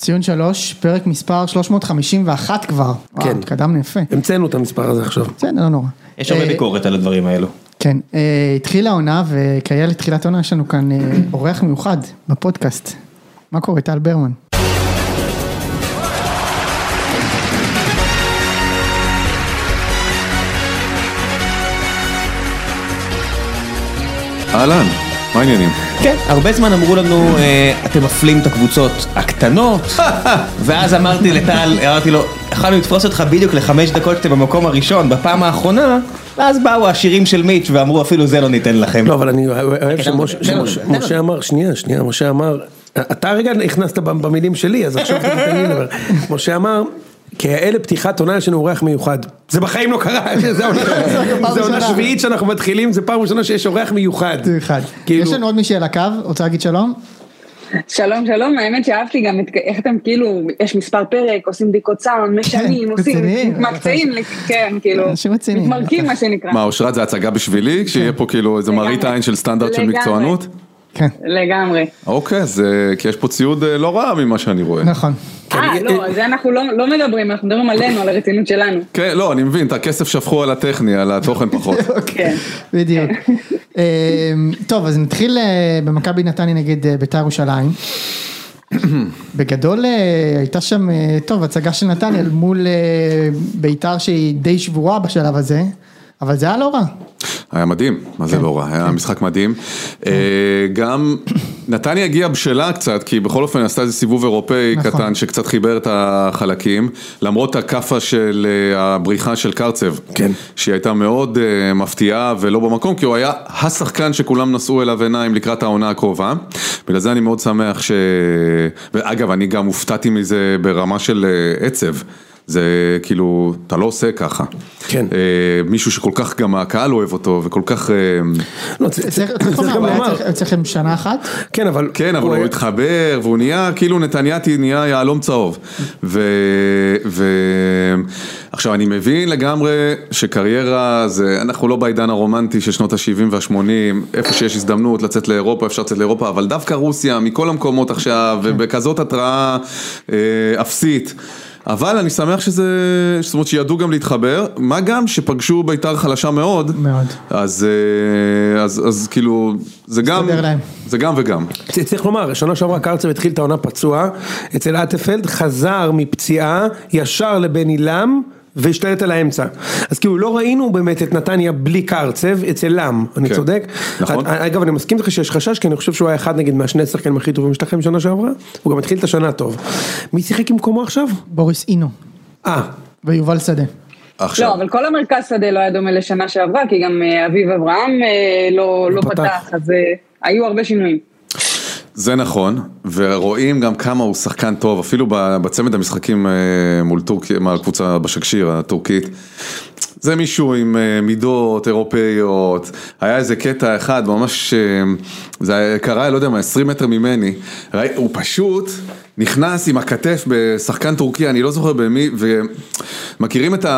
ציון 3, פרק מספר 351 כבר. כן. קדם יפה. המצאנו את המספר הזה עכשיו. בסדר, לא נורא. יש הרבה ביקורת על הדברים האלו. כן, התחילה העונה, וכאלה לתחילת העונה יש לנו כאן אורח מיוחד בפודקאסט. מה קורה, טל ברמן? אהלן, מה העניינים? כן, הרבה זמן אמרו לנו, אתם מפלים את הקבוצות הקטנות, ואז אמרתי לטל, אמרתי לו, יכולנו לתפוס אותך בדיוק ל5 דקות שאתם במקום הראשון, בפעם האחרונה, ואז באו השירים של מיץ' ואמרו, אפילו זה לא ניתן לכם. לא, אבל אני אוהב שמשה אמר, שנייה, משה אמר, אתה רגע הכנסת במילים שלי, אז עכשיו אתה תתן לי לדבר. משה אמר, כאלה פתיחת עונה יש לנו אורח מיוחד. זה בחיים לא קרה, זה עונה שביעית שאנחנו מתחילים, זה פעם ראשונה שיש אורח מיוחד. יש לנו עוד מישהי על הקו, רוצה להגיד שלום? שלום, שלום, האמת שאהבתי גם איך אתם כאילו, יש מספר פרק, עושים בדיקות סאונד, משנים, עושים, מתמקצעים, כן, כאילו, מתמרקים מה שנקרא. מה, אושרת, זה הצגה בשבילי? כשיהיה פה כאילו איזה מראית עין של סטנדרט של מקצוענות? כן. לגמרי. אוקיי, כי יש פה ציוד לא רע ממה שאני רואה. נכון. לא, זה אנחנו לא מדברים, אנחנו מדברים עלינו, על הרצינות שלנו. כן, לא, אני מבין, את הכסף שפכו על הטכני, על התוכן פחות. כן. בדיוק. טוב, אז נתחיל במכבי נתניה נגד בית"ר ירושלים. בגדול הייתה שם, טוב, הצגה של נתניה מול בית"ר שהיא די שבורה בשלב הזה, אבל זה היה לא רע. היה מדהים, מה זה לא רע, היה משחק מדהים. גם נתניה הגיעה בשלה קצת, כי בכל אופן עשתה איזה סיבוב אירופאי קטן שקצת חיבר את החלקים, למרות הקפה של הבריחה של קרצב, שהיא הייתה מאוד מפתיעה ולא במקום, כי הוא היה השחקן שכולם נשאו אליו עיניים לקראת העונה הקרובה. בגלל זה אני מאוד שמח ואגב, אני גם הופתעתי מזה ברמה של עצב. זה כאילו, אתה לא עושה ככה. כן. מישהו שכל כך גם הקהל אוהב אותו, וכל כך... לא, צריך גם לומר. צריכים שנה אחת? כן, אבל הוא התחבר, והוא נהיה, כאילו נתנייתי נהיה יעלום צהוב. עכשיו, אני מבין לגמרי שקריירה, אנחנו לא בעידן הרומנטי של שנות ה-70 וה-80, איפה שיש הזדמנות לצאת לאירופה, אפשר לצאת לאירופה, אבל דווקא רוסיה, מכל המקומות עכשיו, ובכזאת התראה אפסית, אבל אני שמח זאת אומרת שידעו גם להתחבר, מה גם שפגשו בית"ר חלשה מאוד, אז כאילו, זה גם וגם. צריך לומר, שנה שעברה קרצב התחיל את העונה פצוע, אצל אטפלד חזר מפציעה ישר לבן אילם, והשתלט על האמצע. אז כאילו לא ראינו באמת את נתניה בלי קרצב אצל לם, אני צודק? נכון. אגב, אני מסכים לך שיש חשש, כי אני חושב שהוא היה אחד נגד מהשני שחקנים הכי טובים שלכם שנה שעברה, הוא גם התחיל את השנה טוב. מי שיחק עם קומו עכשיו? בוריס אינו. ויובל שדה. לא, אבל כל המרכז שדה לא היה דומה לשנה שעברה, כי גם אביב אברהם לא פתח, אז היו הרבה שינויים. זה נכון, ורואים גם כמה הוא שחקן טוב, אפילו בצמד המשחקים מול טורקיה, מהקבוצה בשקשיר הטורקית, זה מישהו עם מידות אירופאיות, היה איזה קטע אחד, ממש, זה קרה, לא יודע מה, 20 מטר ממני, הוא פשוט נכנס עם הכתף בשחקן טורקי, אני לא זוכר במי, ומכירים את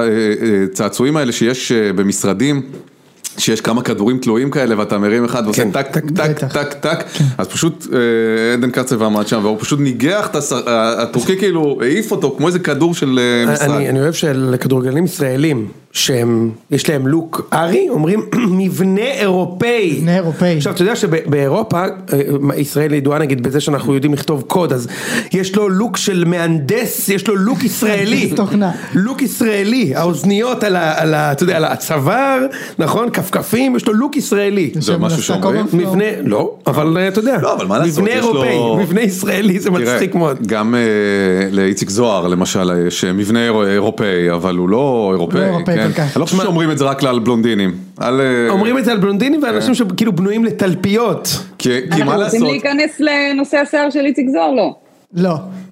הצעצועים האלה שיש במשרדים, שיש כמה כדורים תלויים כאלה, ואתה מרים אחד ועושה טק, טק, טק, טק, טק, אז פשוש עדן קרצב עמד שם, והוא פשוט ניגח את הטורקי, כאילו, העיף אותו, כמו איזה כדור של משחק. אני אוהב שלכדורגלנים ישראלים, שיש להם לוק ארי, אומרים מבנה אירופאי. מבנה אירופאי. עכשיו, אתה יודע שבאירופה, ישראל ידועה נגיד בזה שאנחנו יודעים לכתוב קוד, אז יש לו לוק של מהנדס, יש לו לוק ישראלי. תוכנה. לוק ישראלי, האוזניות אתה יודע, על הצוואר, נכון? כפכפים, יש לו לוק ישראלי. זה משהו שאומרים? מבנה, לא, אבל אתה יודע. לא, אבל מה לעשות? מבנה אירופאי, מבנה ישראלי, זה מצחיק מאוד. גם לאיציק זוהר, למשל, יש מבנה אירופאי, אבל הוא לא אירופאי. אני לא חושב שאומרים את זה רק על בלונדינים. אומרים את זה על בלונדינים ואנשים שכאילו בנויים לתלפיות. אנחנו רוצים להיכנס לנושא השיער של איציק זוהר, לא? לא.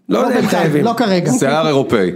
לא כרגע. שיער אירופאי.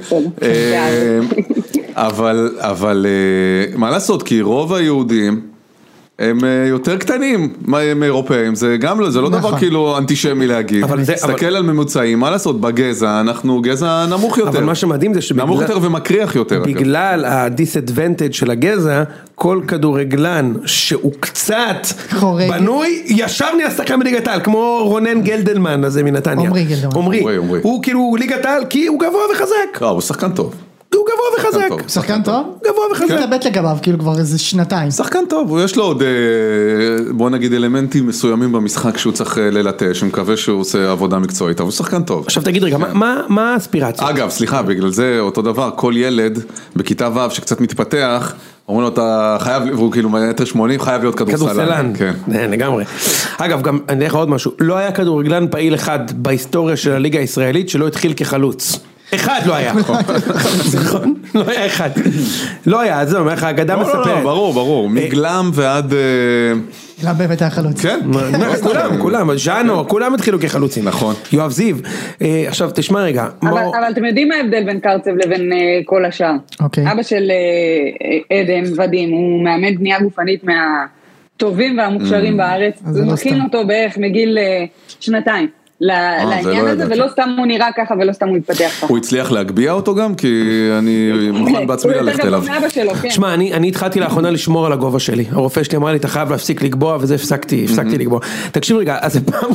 אבל מה לעשות? כי רוב היהודים הם יותר קטנים מאירופאים, זה גם זה לא דבר כאילו אנטישמי להגיד, תסתכל על ממוצעים, מה לעשות, בגזע, אנחנו גזע נמוך יותר, אבל מה שמדהים זה נמוך יותר ומקריח יותר, בגלל הדיסאדוונטג' של הגזע, כל כדורגלן שהוא קצת בנוי, ישר נהיה שחקן בליגת העל, כמו רונן גלדלמן הזה מנתניה, עומרי, הוא כאילו ליגת העל כי הוא גבוה וחזק, הוא שחקן טוב, הוא גבוה וחזק. שחקן טוב? גבוה וחזק. מתלבט לגביו, כאילו כבר איזה שנתיים. שחקן טוב, יש לו עוד, בוא נגיד, אלמנטים מסוימים במשחק שהוא צריך ללטש, שמקווה שהוא עושה עבודה מקצועית, אבל הוא שחקן טוב. עכשיו תגיד רגע, מה האספירציה? אגב, סליחה, בגלל זה אותו דבר, כל ילד בכיתה ו' שקצת מתפתח, אומרים לו, אתה חייב, והוא כאילו 1.80 מטר, חייב להיות כדורסלן. כן, לגמרי. אגב, גם, אני אגיד לך עוד משהו, לא היה כדורגלן פעיל אחד בהיסטוריה של הליגה הישראלית שלא התחיל כחלוץ. אחד לא היה, נכון? לא היה אחד. לא היה, אז זה אומר לך, האגדה מספרת. ברור, מגלם ועד... גלם באמת היה חלוץ. כן. כולם, ז'אנו, כולם התחילו כחלוצים. נכון. יואב זיו, עכשיו תשמע רגע. אבל אתם יודעים מה ההבדל בין קרצב לבין כל השאר? אבא של עדן, ודים, הוא מאמן בנייה גופנית מהטובים והמוכשרים בארץ. הוא מכין אותו בערך מגיל 2 לעניין הזה, ולא סתם הוא נראה ככה, ולא סתם הוא התפתח ככה. הוא הצליח להגביע אותו גם, כי אני מוכן בעצמי ללכת אליו. שמע, אני התחלתי לאחרונה לשמור על הגובה שלי. הרופא שלי אמר לי, אתה חייב להפסיק לגבוה, וזה הפסקתי לגבוה. תקשיב רגע, אז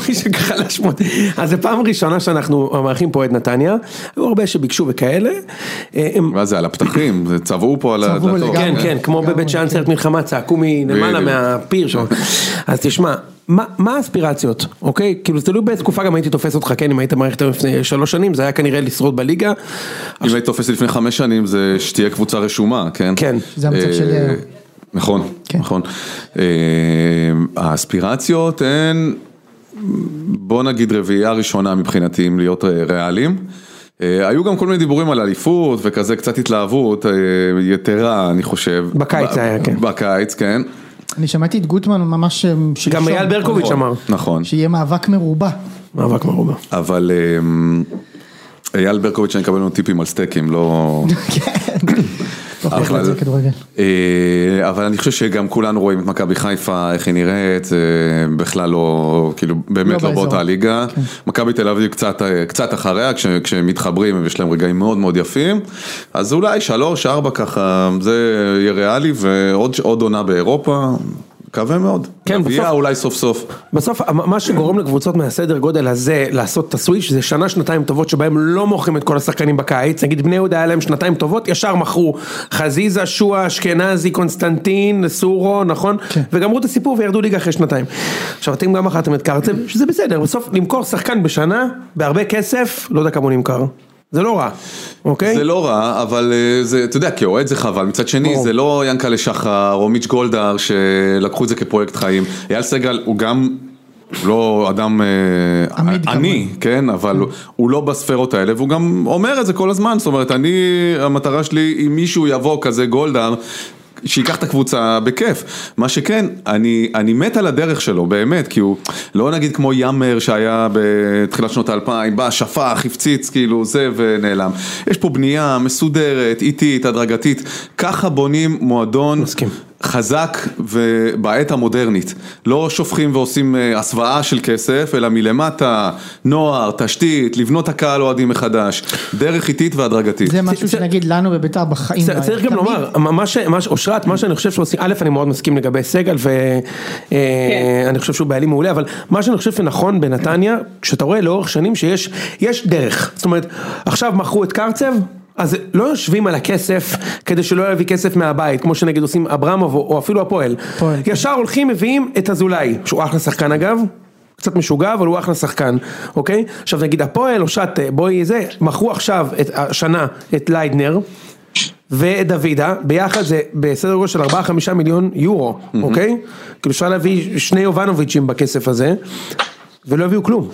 זה פעם ראשונה שאנחנו מארחים פה את נתניה, היו הרבה שביקשו וכאלה. מה זה, על הפתחים, צבעו פה על הדלתות. כן, כמו בבית שאן סרט מלחמה, צעקו מנמלה מהפיר שם. אז תשמע, מה האספירציות, אוקיי? כאילו זה תלוי בתקופה גם הייתי תופס אותך, כן, אם היית מערכת לפני 3 שנים, זה היה כנראה לשרוד בליגה. אם היית תופס לפני 5 שנים, זה שתהיה קבוצה רשומה, כן? כן. זה המצב שלי. נכון. האספירציות הן, בוא נגיד רביעייה ראשונה מבחינתי, אם להיות ריאליים. היו גם כל מיני דיבורים על אליפות, וכזה קצת התלהבות, יתרה, אני חושב. בקיץ זה היה, כן. בקיץ, כן. אני שמעתי את גוטמן ממש גם אייל ברקוביץ' אמר. נכון. שיהיה מאבק מרובה. אבל אייל ברקוביץ' אני אקבל לנו טיפים על סטייקים, לא... אבל אני חושב שגם כולנו רואים את מכבי חיפה, איך היא נראית, בכלל לא, כאילו, באמת לא באותה ליגה. מכבי תל אביב קצת אחריה, כשמתחברים ויש להם רגעים מאוד מאוד יפים, אז אולי 3-4 ככה, זה יהיה ריאלי, ועוד עונה באירופה, מקווה מאוד. כן, בסוף. אולי סוף סוף. בסוף, מה שגורם לקבוצות מהסדר גודל הזה לעשות את הסוויץ' זה 1-2 טובות שבהם לא מוכרים את כל השחקנים בקיץ. נגיד בני יהודה היה להם 2 טובות, ישר מכרו חזיזה, שואה, אשכנזי, קונסטנטין, סורו, נכון? כן. וגמרו את הסיפור וירדו ליגה אחרי 2. עכשיו, אתם גם אחרתם את קרצב, שזה בסדר. בסוף, למכור שחקן בשנה, בהרבה כסף, לא יודע כמה הוא נמכר. זה לא רע, אוקיי? זה לא רע, אבל זה, אתה יודע, כאוהד זה חבל. מצד שני, זה לא ינקלה שחר או מיץ' גולדהר שלקחו את זה כפרויקט חיים. אייל סגל הוא גם, לא אדם עני, כן? אבל הוא לא בספרות האלה, והוא גם אומר את זה כל הזמן. זאת אומרת, המטרה שלי, אם מישהו יבוא כזה גולדהר, שיקח את הקבוצה בכיף. מה שכן, אני מת על הדרך שלו, באמת, כי הוא לא נגיד כמו יאמר שהיה בתחילת שנות 2000, בא, שפח, הפציץ, כאילו זה ונעלם. יש פה בנייה מסודרת, איטית, הדרגתית, ככה בונים מועדון מסכים. חזק ובעת המודרנית. לא שופכים ועושים הסוואה של כסף, אלא מלמטה, נוער, תשתית, לבנות הקהל אוהדים מחדש, דרך איטית והדרגתית. זה משהו שנגיד לנו בבית"ר בחיים. צריך גם לומר, אושרת, מה שאני חושב שעושים, א', אני מאוד מסכים לגבי סגל, ואני חושב שהוא בעלים מעולה, אבל מה שאני חושב שנכון בנתניה, כשאתה רואה לאורך שנים שיש דרך. זאת אומרת, עכשיו מכרו את קרצב, אז לא יושבים על הכסף כדי שלא יביא כסף מהבית, כמו שנגיד עושים אברמוב או אפילו הפועל. ישר הולכים, מביאים את אזולאי, שהוא אחלה שחקן אגב, קצת משוגע, אבל הוא אחלה שחקן, אוקיי? עכשיו נגיד הפועל או שט, בואי זה, מכרו עכשיו השנה את ליידנר, ואת דוידה, ביחד זה בסדר גודל של 4-5 מיליון יורו, אוקיי? כאילו אפשר להביא 2 יובנוביצ'ים בכסף הזה, ולא הביאו כלום.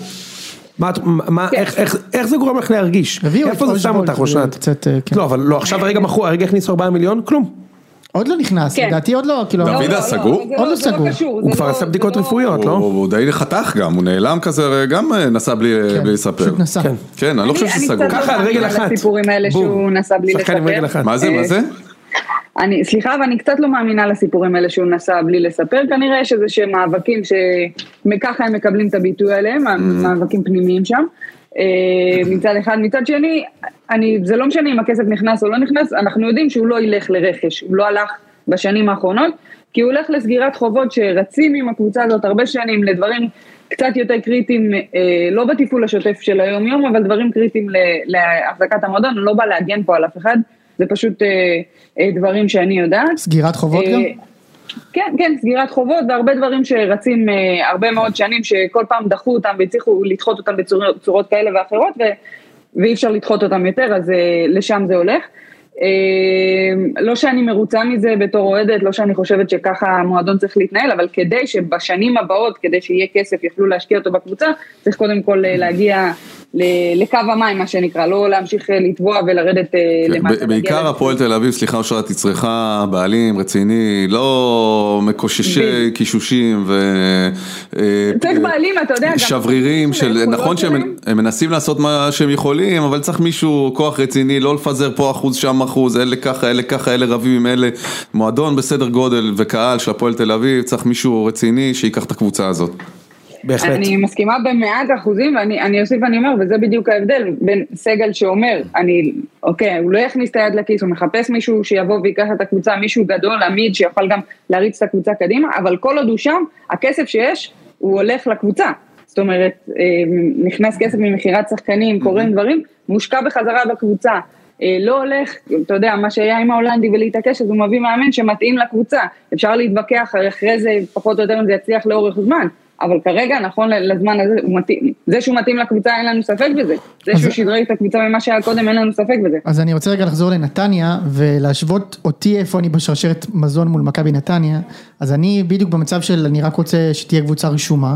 איך זה גורם לך להרגיש? איפה זה שם אותך אושרת? לא, אבל לא, עכשיו הרגע הכניסו 4 מיליון, כלום. עוד לא נכנס, לדעתי עוד לא, כאילו... דוידה סגור? עוד לא סגור. הוא כבר עשה בדיקות רפואיות, לא? הוא די לחתך גם, הוא נעלם כזה, גם נסע בלי לספר. פשוט נסע. כן, אני לא חושב שזה סגור. ככה על רגל אחת. הסיפורים האלה שהוא נסע בלי לספר. מה זה? סליחה, אבל אני קצת לא מאמינה לסיפורים האלה שהוא נסע בלי לספר, כנראה שזה שמאבקים שככה הם מקבלים את הביטוי עליהם, מאבקים פנימיים שם, מצד אחד, מצד שני, זה לא משנה אם הכסף נכנס או לא נכנס, אנחנו יודעים שהוא לא ילך לרכש, הוא לא הלך בשנים האחרונות, כי הוא הולך לסגירת חובות שרצים עם הקבוצה הזאת הרבה שנים, לדברים קצת יותר קריטיים, לא בטיפול השוטף של היום יום, אבל דברים קריטיים להחזקת המועדון, לא בא להגן פה על אף אחד, זה פשוט דברים שאני יודעת. סגירת חובות גם? כן, כן, סגירת חובות, והרבה דברים שרצים הרבה מאוד שנים, שכל פעם דחו אותם והצליחו לדחות אותם בצורות כאלה ואחרות, ואי אפשר לדחות אותם יותר, אז לשם זה הולך. לא שאני מרוצה מזה בתור אוהדת, לא שאני חושבת שככה המועדון צריך להתנהל, אבל כדי שבשנים הבאות, כדי שיהיה כסף, יוכלו להשקיע אותו בקבוצה, צריך קודם כל להגיע לקו המים, מה שנקרא, לא להמשיך לטבוע ולרדת למטה. בעיקר הפועל תל אביב, סליחה אושרת, היא צריכה בעלים רציני, לא מקוששי קישושים צריך בעלים, אתה יודע, שברירים, נכון שהם מנסים לעשות מה שהם יכולים, אבל צריך מישהו, כוח רציני, לא לפזר פה אחוז, שם אחוז, אלה ככה, אלה ככה, אלה רבים עם אלה, מועדון בסדר גודל וקהל של הפועל תל אביב, צריך מישהו רציני שיקח את הקבוצה הזאת. בהחלט. אני מסכימה ב100%, ואני אוסיף ואני אומר, וזה בדיוק ההבדל בין סגל שאומר, אוקיי, הוא לא יכניס את היד לכיס, הוא מחפש מישהו שיבוא ויקח את הקבוצה, מישהו גדול, עמיד, שיוכל גם להריץ את הקבוצה קדימה, אבל כל עוד הוא שם, הכסף שיש, הוא הולך לקבוצה. זאת אומרת, נכנס כסף ממחירת שחקנים, קוראים דברים, מושקע בחזרה בקבוצה. לא הולך, אתה יודע, מה שהיה עם ההולנדי ולהתעקש, אז הוא מביא מאמן שמתאים לקבוצה. אפשר להתווכח, אחרי זה פחות או יותר אם זה יצליח לאורך זמן. אבל כרגע, נכון לזמן הזה, זה שהוא מתאים לקבוצה, אין לנו ספק בזה. זה שהוא שדרג את הקבוצה ממה שהיה קודם, אין לנו ספק בזה. אז אני רוצה רגע לחזור לנתניה, ולהשוות אותי איפה אני בשרשרת מזון מול מכבי נתניה, אז אני בדיוק במצב של, אני רק רוצה שתהיה קבוצה רשומה,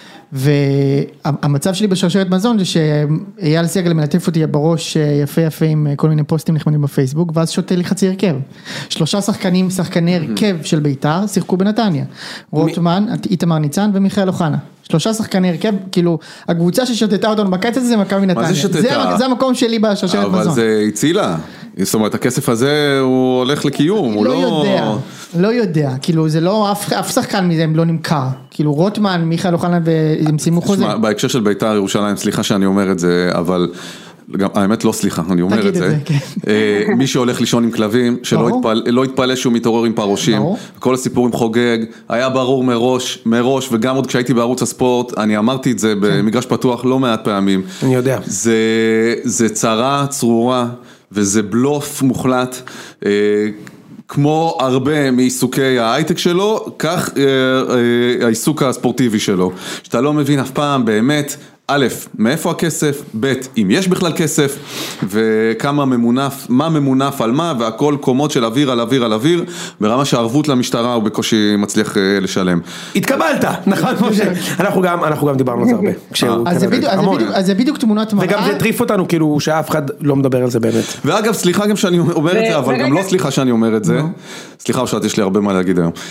והמצב שלי בשרשרת מזון זה שאייל סגל מלטף אותי בראש יפה יפה עם כל מיני פוסטים נחמדים בפייסבוק, ואז שותה לי חצי הרכב. 3 שחקני הרכב של ביתר שיחקו בנתניה, רוטמן, איתמר ניצן ומיכאל אוחנה. 3 שחקני הרכב, כאילו הקבוצה ששתתה אותנו בקץ הזה זה מכבי נתניה. מה זה שתתה? זה המקום שלי בשרשרת מזון. אבל זה הצילה. זאת אומרת, הכסף הזה הוא הולך לקיום, הוא לא יודע, כאילו זה לא, אף שחקן מזה לא נמכר, כאילו רוטמן, מיכאל אוחנה והם סיימו חוזה. בהקשר של ביתר ירושלים, סליחה שאני אומר את זה, אבל גם, האמת לא סליחה, אני אומר את זה, מי שהולך לישון עם כלבים, שלא יתפלא שהוא מתעורר עם פרושים, כל הסיפורים חוגג, היה ברור מראש, וגם עוד כשהייתי בערוץ הספורט, אני אמרתי את זה במגרש פתוח לא מעט פעמים, אני יודע. זה צרה, צרורה, וזה בלוף מוחלט, כמו הרבה מעיסוקי ההייטק שלו, כך העיסוק הספורטיבי שלו, שאתה לא מבין אף פעם באמת, א', מאיפה הכסף, ב', אם יש בכלל כסף, וכמה ממונף, מה ממונף על מה, והכל קומות של אוויר על אוויר על אוויר, ברמה שהערבות למשטרה הוא בקושי מצליח לשלם. התקבלת, נכון, אנחנו גם דיברנו על זה הרבה. אז זה בדיוק תמונת מראה. וגם זה טריף אותנו, כאילו שאף אחד לא מדבר על זה באמת. ואגב, סליחה גם שאני אומר את זה, אבל גם לא סליחה שאני אומר את זה. סליחה, אושרת, יש לי הרבה מה להגיד היום.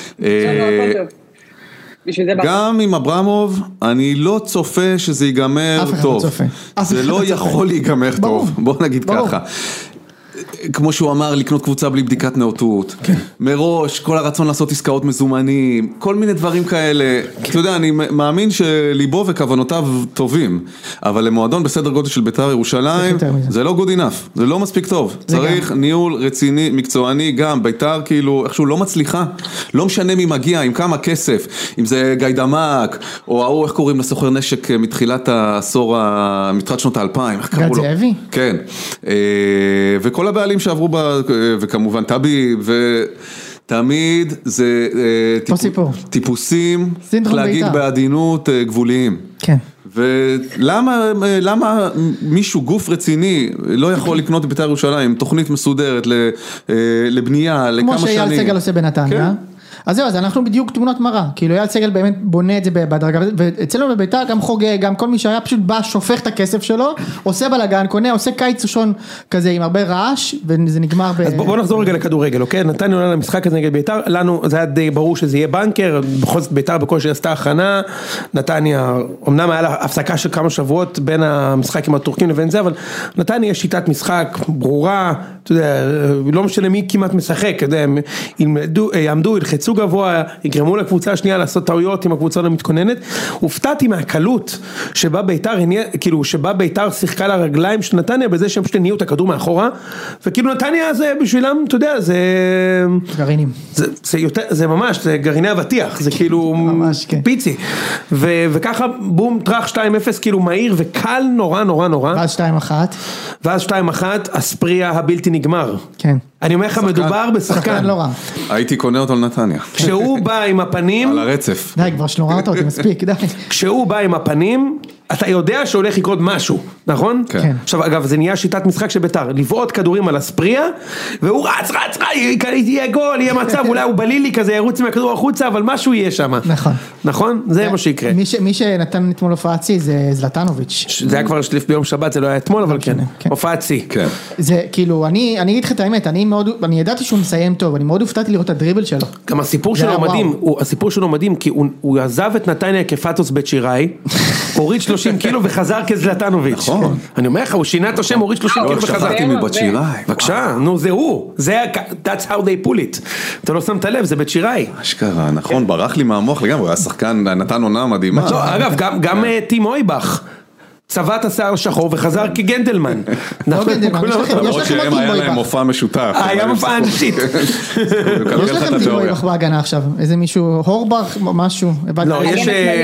גם עם אברמוב, אני לא צופה שזה ייגמר טוב. זה לא יכול להיגמר טוב, בוא נגיד ככה. כמו שהוא אמר, לקנות קבוצה בלי בדיקת נאותות, מראש, כל הרצון לעשות עסקאות מזומנים, כל מיני דברים כאלה, אתה יודע, אני מאמין שליבו וכוונותיו טובים, אבל למועדון בסדר גודל של ביתר ירושלים, זה לא good enough, זה לא מספיק טוב, צריך ניהול רציני, מקצועני, גם ביתר כאילו, איכשהו לא מצליחה, לא משנה מי מגיע, עם כמה כסף, אם זה גיא דמק, או ההוא, איך קוראים לסוחר נשק מתחילת העשור, מתחילת שנות ה-2000, איך קראו לו? גד זאבי? כן, וכל הבעלים שעברו בה, וכמובן טבי, ותמיד זה טיפוסים, צריך להגיד בעדינות, גבוליים. כן. ולמה מישהו, גוף רציני, לא יכול לקנות בביתר ירושלים, תוכנית מסודרת לבנייה, לכמה שנים. כמו שאייל סגל עושה בנתניה. אז זהו, אז אנחנו בדיוק תמונות מראה, כאילו אייל סגל באמת בונה את זה בדרגה, ואצלנו בביתר גם חוגג, גם כל מי שהיה פשוט בא, שופך את הכסף שלו, עושה בלגן, קונה, עושה קיץ ראשון כזה עם הרבה רעש, וזה נגמר אז בוא נחזור רגע לכדורגל, אוקיי? נתניה עולה למשחק הזה נגד ביתר, לנו זה היה די ברור שזה יהיה בנקר, בכל זאת ביתר בקושי עשתה הכנה, נתניה, אמנם היה לה הפסקה של כמה שבועות בין המשחק עם הטורקים לבין זה, אבל נתניה יש שיטת משחק ברורה, אתה יודע, לא משנה מי כמעט משחק, אתה יודע, יעמדו, ילחצו גבוה, יגרמו לקבוצה השנייה לעשות טעויות עם הקבוצה לא מתכוננת. הופתעתי מהקלות שבה ביתר, כאילו, שבה ביתר שיחקה לרגליים של נתניה, בזה שהם פשוט הניעו את הכדור מאחורה, וכאילו נתניה זה בשבילם, אתה יודע, זה... גרעינים. זה ממש, זה גרעיני אבטיח, זה כאילו פיצי. וככה, בום, טרח 2-0, כאילו מהיר וקל נורא נורא נורא. ואז 2-1, הספריה הבלתי נגמר. כן. אני אומר לך, מדובר בשחקן. לא רע. הייתי קונה אותו לנתניה. כשהוא בא עם הפנים... על הרצף. די, כבר שלוררת אותי, מספיק, די. כשהוא בא עם הפנים, אתה יודע שהולך לקרות משהו, נכון? כן. עכשיו, אגב, זה נהיה שיטת משחק של ביתר, לבעוט כדורים על הספריה, והוא רץ, יהיה גול, יהיה מצב, אולי הוא בלילי כזה, ירוץ מהכדור החוצה, אבל משהו יהיה שם. נכון. נכון? זה מה שיקרה. מי שנתן אתמול הופעה צי זה זלטנוביץ'. זה היה כבר שליף ביום שבת, זה לא היה אתמול, אבל כן. הופעה צי. כן. זה כאילו, אני אגיד לך את האמת, אני ידעתי שהוא מסיים טוב, אני מאוד הופתעתי לראות את הדריבל שלו. גם הסיפור שלו מדהים, כי הוא עזב את נתניה כפטוס בית שיראי, הוריד 30 קילו וחזר כזלטנוביץ'. נכון. אני אומר לך, הוא שינה את השם, הוריד 30 קילו וחזר. חזרתי מבת שיראי. בבקשה, נו זה הוא. That's how they pull it. אתה לא שמת לב, זה בית שיראי. אשכרה, נכון, ברח לי מהמוח לגמרי, היה שחקן, נתן עונה מדהימה. אגב, גם טים אויבח. צבע את השיער שחור וחזר כגנדלמן. לא גנדלמן, למרות שהם היה להם מופע משותף. היה מופע אנשית. יש לכם טים אויבח בהגנה עכשיו, איזה מישהו, הורבך, משהו. לא, יש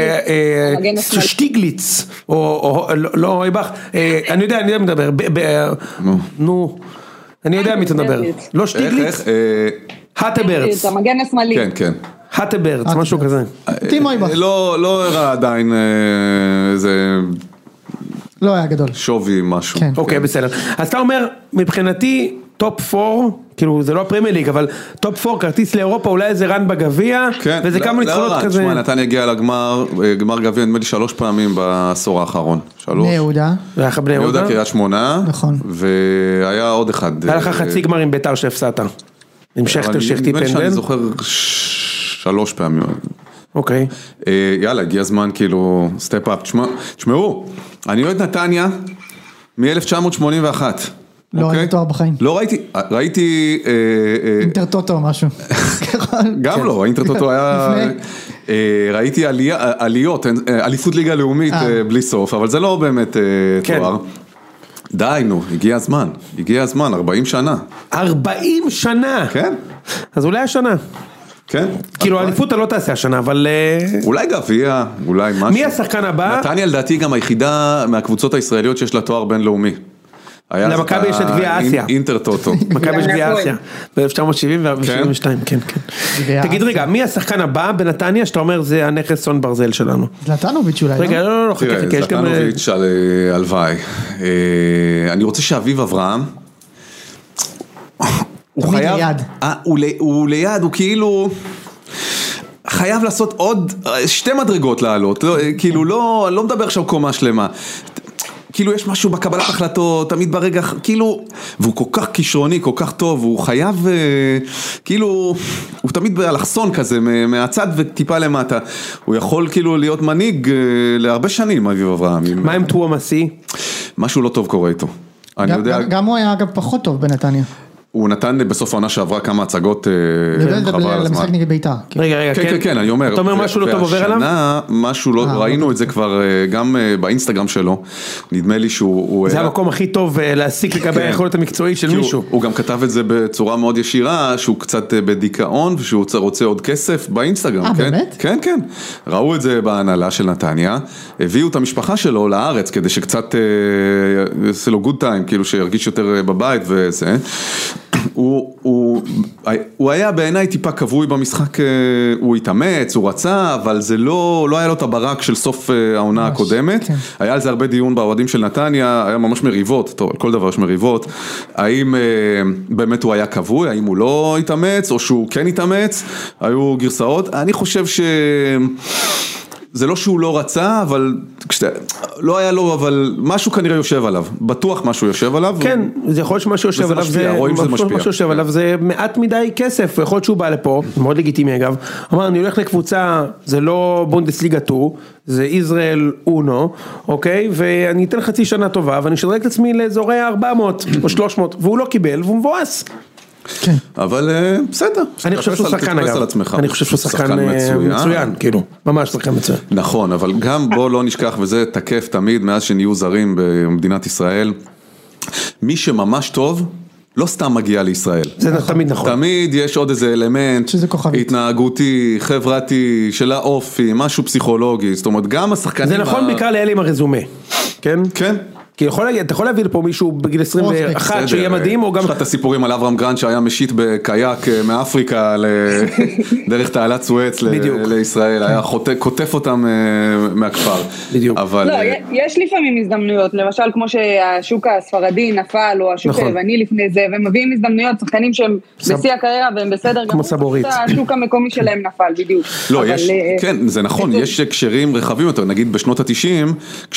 שטיגליץ, או לא אויבך, אני יודע מדבר, נו, אני יודע מי אתה מדבר. לא שטיגליץ? הטברץ. המגן השמאלי. כן, כן. הטברץ, משהו כזה. טים אויבך. לא הראה עדיין איזה... לא היה גדול. שווי משהו. אוקיי, בסדר. אז אתה אומר, מבחינתי, טופ 4, כאילו זה לא הפרמייר ליג, אבל טופ 4, כרטיס לאירופה, אולי איזה רן בגביע, וזה כמה ניצחונות כזה. תשמע, נתניה הגיע לגמר גביע, נדמה לי 3 פעמים בעשור האחרון. 3. בני יהודה. היה לך בני יהודה? קריית שמונה. נכון. והיה עוד אחד. היה לך חצי גמר עם ביתר שהפסדת. עם שכטר שכתי פנדל. אני זוכר 3 פעמים. אוקיי. יאללה, הגיע הזמן כאילו, סטפ אפ. תשמעו, אני אוהד נתניה מ-1981. לא ראיתי תואר בחיים. לא ראיתי... אינטרטוטו או משהו. גם לא, האינטרטוטו היה... ראיתי עליות, אליפות ליגה לאומית בלי סוף, אבל זה לא באמת תואר. די, נו, הגיע הזמן, 40 שנה. 40 שנה? כן. אז אולי השנה. כן. כאילו האליפות לא תעשה השנה, אבל... אולי גביע, אולי משהו. מי השחקן הבא? נתניה לדעתי גם היחידה מהקבוצות הישראליות שיש לה תואר בינלאומי. למכבי יש את גביע אסיה. אינטרטוטו. מכבי יש גביע אסיה. ב-1970 ו-72, כן, כן. תגיד רגע, מי השחקן הבא בנתניה שאתה אומר זה הנכס סון ברזל שלנו? זלטנוביץ' אולי. רגע, לא, תראה, זלטנוביץ' על הלוואי. אני רוצה שאביב אברהם הוא ליד. הוא ליד, הוא כאילו חייב לעשות עוד 2 מדרגות לעלות, כאילו לא מדבר עכשיו קומה שלמה, כאילו יש משהו בקבלת החלטות, תמיד ברגע, כאילו, והוא כל כך כישרוני, כל כך טוב, הוא חייב, כאילו, הוא תמיד באלכסון כזה, מהצד וטיפה למטה, הוא יכול כאילו להיות מנהיג להרבה שנים, אביב אברהם. מה עם תוואמסי? משהו לא טוב קורה איתו. גם הוא היה אגב פחות טוב בנתניה. הוא נתן בסוף העונה שעברה כמה הצגות חבל על הזמן. למשחק נגד ביתר. רגע, כן, אני אומר. אתה אומר משהו לא טוב עובר עליו? והשנה, משהו לא, ראינו את זה כבר גם באינסטגרם שלו, נדמה לי שהוא... זה המקום הכי טוב להסיק לגבי היכולת המקצועית של מישהו. הוא גם כתב את זה בצורה מאוד ישירה, שהוא קצת בדיכאון, ושהוא רוצה עוד כסף באינסטגרם. באמת? כן, כן. ראו את זה בהנהלה של נתניה, הביאו את המשפחה שלו לארץ, כדי שקצת יעשה לו גוד טיים, כאילו שירגיש יותר בבית וזה. הוא היה בעיניי טיפה קבוי במשחק, הוא התאמץ, הוא רצה, אבל זה לא היה לו את הברק של סוף העונה הקודמת, היה על זה הרבה דיון באוהדים של נתניה, היה ממש מריבות, טוב, על כל דבר יש מריבות, האם באמת הוא היה קבוי, האם הוא לא התאמץ, או שהוא כן התאמץ, היו גרסאות, אני חושב זה לא שהוא לא רצה, אבל לא היה לו, אבל משהו כנראה יושב עליו, בטוח משהו יושב עליו. כן, זה יכול להיות שמשהו יושב עליו, משהו יושב עליו, זה מעט מדי כסף, יכול להיות שהוא בא לפה, מאוד לגיטימי אגב, אמר, אני הולך לקבוצה, זה לא בונדסליגה 2, זה ישראל אונו, אוקיי, ואני אתן חצי שנה טובה, ואני אשדרג את עצמי לאזורי 400 או 300, והוא לא קיבל, והוא מבואס. אבל בסדר. אני חושב שהוא שחקן אגב, אני חושב שהוא שחקן מצוין, כאילו, ממש שחקן מצוין. נכון, אבל גם בוא לא נשכח, וזה תקף תמיד מאז שנהיו זרים במדינת ישראל, מי שממש טוב, לא סתם מגיע לישראל. זה תמיד נכון. תמיד יש עוד איזה אלמנט, התנהגותי, חברתי, של האופי, משהו פסיכולוגי, זאת אומרת, גם השחקנים... זה נכון בעיקר לאלה עם הרזומה, כן? כן. כי אתה יכול להביא לפה מישהו בגיל 21 שיהיה מדהים, או גם... יש לך את הסיפורים על אברהם גרנט שהיה משיט בקייק מאפריקה דרך תעלת סואץ לישראל, היה כותף אותם מהכפר. בדיוק. לא, יש לפעמים הזדמנויות, למשל כמו שהשוק הספרדי נפל, או השוק היווני לפני זה, והם מביאים הזדמנויות, שחקנים שהם בשיא הקריירה, והם בסדר גם, כמו סבורית. השוק המקומי שלהם נפל, בדיוק. לא, כן, זה נכון, יש הקשרים רחבים יותר, נגיד בשנות ה-90,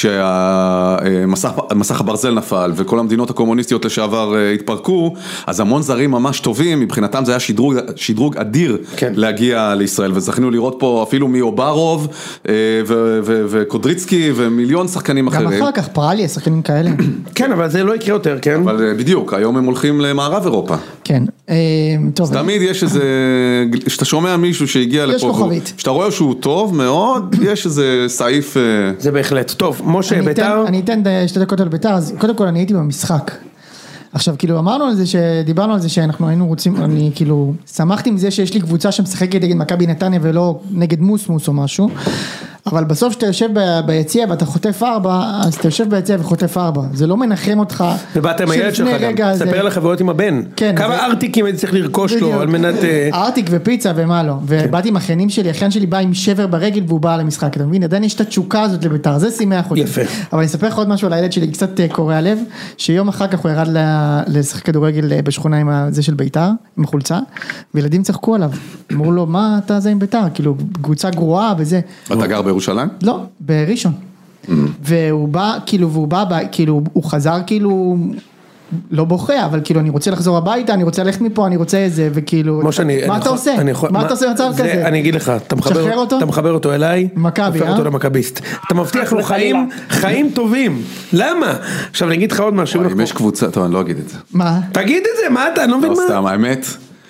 מסך הברזל נפל, וכל המדינות הקומוניסטיות לשעבר התפרקו, אז המון זרים ממש טובים, מבחינתם זה היה שדרוג אדיר להגיע לישראל, וזכינו לראות פה אפילו מיוברוב, וקודריצקי, ומיליון שחקנים אחרים. גם אחר כך, פרליה, שחקנים כאלה. כן, אבל זה לא יקרה יותר, כן? אבל בדיוק, היום הם הולכים למערב אירופה. כן, טוב. תמיד יש איזה, שאתה שומע מישהו שהגיע לפה, יש כוכבית. שאתה רואה שהוא טוב מאוד, יש איזה סעיף... זה בהחלט. טוב, משה, בית"ר... אני אתן 2 דקות על בית"ר, אז קודם כל אני הייתי במשחק. עכשיו כאילו אמרנו על זה, דיברנו על זה שאנחנו היינו רוצים, אני כאילו שמחתי מזה שיש לי קבוצה שמשחקת נגד מכבי נתניה ולא נגד מוסמוס או משהו, אבל בסוף שאתה יושב ביציע ואתה חוטף 4, אז אתה יושב ביציע וחוטף 4, זה לא מנחם אותך. ובאת עם הילד שלך גם, תספר לך ועוד עם הבן, כמה ארטיקים הייתי צריך לרכוש לו על מנת... ארטיק ופיצה ומה לא, ובאתי עם אחיינים שלי, אחיין שלי בא עם שבר ברגל והוא בא למשחק, אתה מבין? עדיין יש את התשוקה הזאת לבית"ר, זה שימח אותי. יפה. אבל אני אספר לך עוד משהו על הילד שלי, קצת קורע לב, שיום אחר כך הוא ירד לשחק כדורגל בשכונה עם זה של בית"ר, עם החולצה, וילדים צחקו עליו. אמרו לו, מה אתה זה עם בית"ר? כאילו, קבוצה גרועה וזה. אתה גר בירושלים? לא, בראשון. והוא בא, כאילו, הוא חזר כאילו, לא בוכה, אבל כאילו, אני רוצה לחזור הביתה, אני רוצה ללכת מפה, אני רוצה איזה, וכאילו, מה אתה עושה? מה אתה עושה במצב כזה? אני אגיד לך, אתה מחבר אותו אליי, מכבי, הופך אותו למכביסט. אתה מבטיח לו חיים טובים. למה? עכשיו אני אגיד לך עוד משהו. אם יש קבוצה, טוב, אני לא אגיד את זה. מה? תגיד את זה, מה אתה? אני לא מבין מה. לא סתם, האמת,